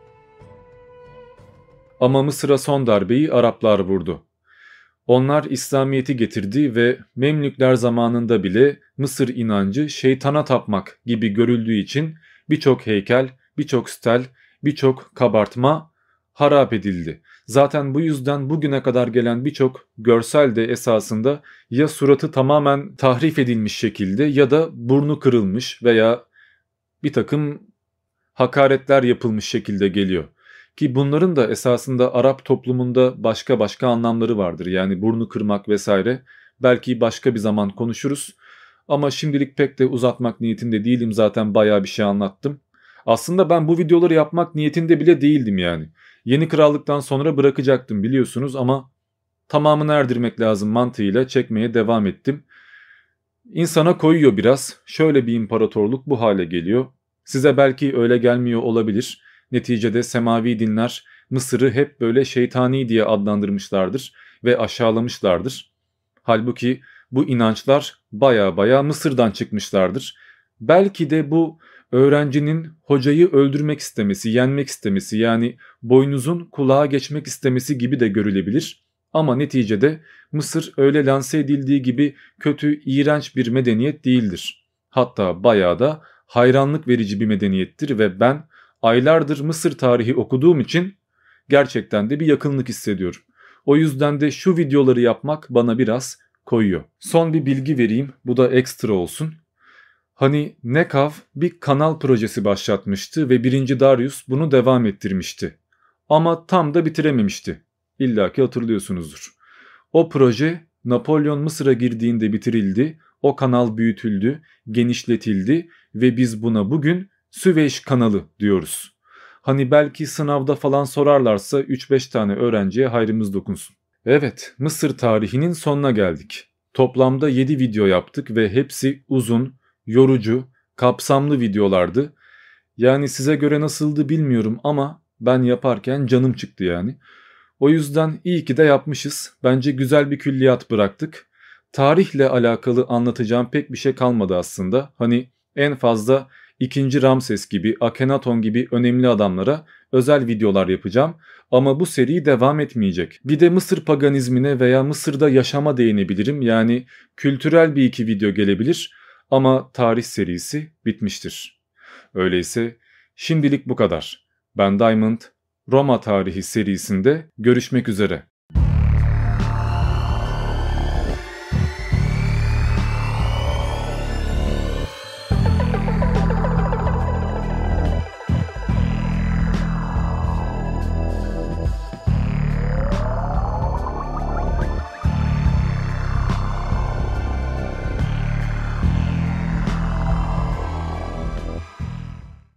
Ama Mısır'a son darbeyi Araplar vurdu. Onlar İslamiyet'i getirdi ve Memlükler zamanında bile Mısır inancı şeytana tapmak gibi görüldüğü için birçok heykel, birçok stel, birçok kabartma harap edildi. Zaten bu yüzden bugüne kadar gelen birçok görsel de esasında ya suratı tamamen tahrif edilmiş şekilde ya da burnu kırılmış veya bir takım hakaretler yapılmış şekilde geliyor. Ki bunların da esasında Arap toplumunda başka başka anlamları vardır. Yani burnu kırmak vesaire. Belki başka bir zaman konuşuruz. Ama şimdilik pek de uzatmak niyetinde değilim. Zaten bayağı bir şey anlattım. Aslında ben bu videoları yapmak niyetinde bile değildim yani. Yeni krallıktan sonra bırakacaktım biliyorsunuz ama tamamını erdirmek lazım mantığıyla çekmeye devam ettim. İnsana koyuyor biraz. Şöyle bir imparatorluk bu hale geliyor. Size belki öyle gelmiyor olabilir. Neticede semavi dinler Mısır'ı hep böyle şeytani diye adlandırmışlardır ve aşağılamışlardır. Halbuki bu inançlar baya baya Mısır'dan çıkmışlardır. Belki de bu öğrencinin hocayı öldürmek istemesi, yenmek istemesi yani boynuzun kulağa geçmek istemesi gibi de görülebilir. Ama neticede Mısır öyle lanse edildiği gibi kötü, iğrenç bir medeniyet değildir. Hatta bayağı da hayranlık verici bir medeniyettir ve ben aylardır Mısır tarihi okuduğum için gerçekten de bir yakınlık hissediyorum. O yüzden de şu videoları yapmak bana biraz koyuyor. Son bir bilgi vereyim, bu da ekstra olsun. Hani Nekav bir kanal projesi başlatmıştı ve birinci. Darius bunu devam ettirmişti. Ama tam da bitirememişti. İlla ki hatırlıyorsunuzdur. O proje Napolyon Mısır'a girdiğinde bitirildi, o kanal büyütüldü, genişletildi ve biz buna bugün Süveyş kanalı diyoruz. Hani belki sınavda falan sorarlarsa üç beş tane öğrenciye hayrımız dokunsun. Evet, Mısır tarihinin sonuna geldik. Toplamda yedi video yaptık ve hepsi uzun, yorucu, kapsamlı videolardı. Yani size göre nasıldı bilmiyorum ama ben yaparken canım çıktı yani. O yüzden iyi ki de yapmışız. Bence güzel bir külliyat bıraktık. Tarihle alakalı anlatacağım pek bir şey kalmadı aslında. Hani en fazla ikinci. Ramses gibi, Akhenaton gibi önemli adamlara özel videolar yapacağım. Ama bu seri devam etmeyecek. Bir de Mısır paganizmine veya Mısır'da yaşama değinebilirim. Yani kültürel bir iki video gelebilir. Ama tarih serisi bitmiştir. Öyleyse şimdilik bu kadar. Ben Diamond, Roma tarihi serisinde görüşmek üzere.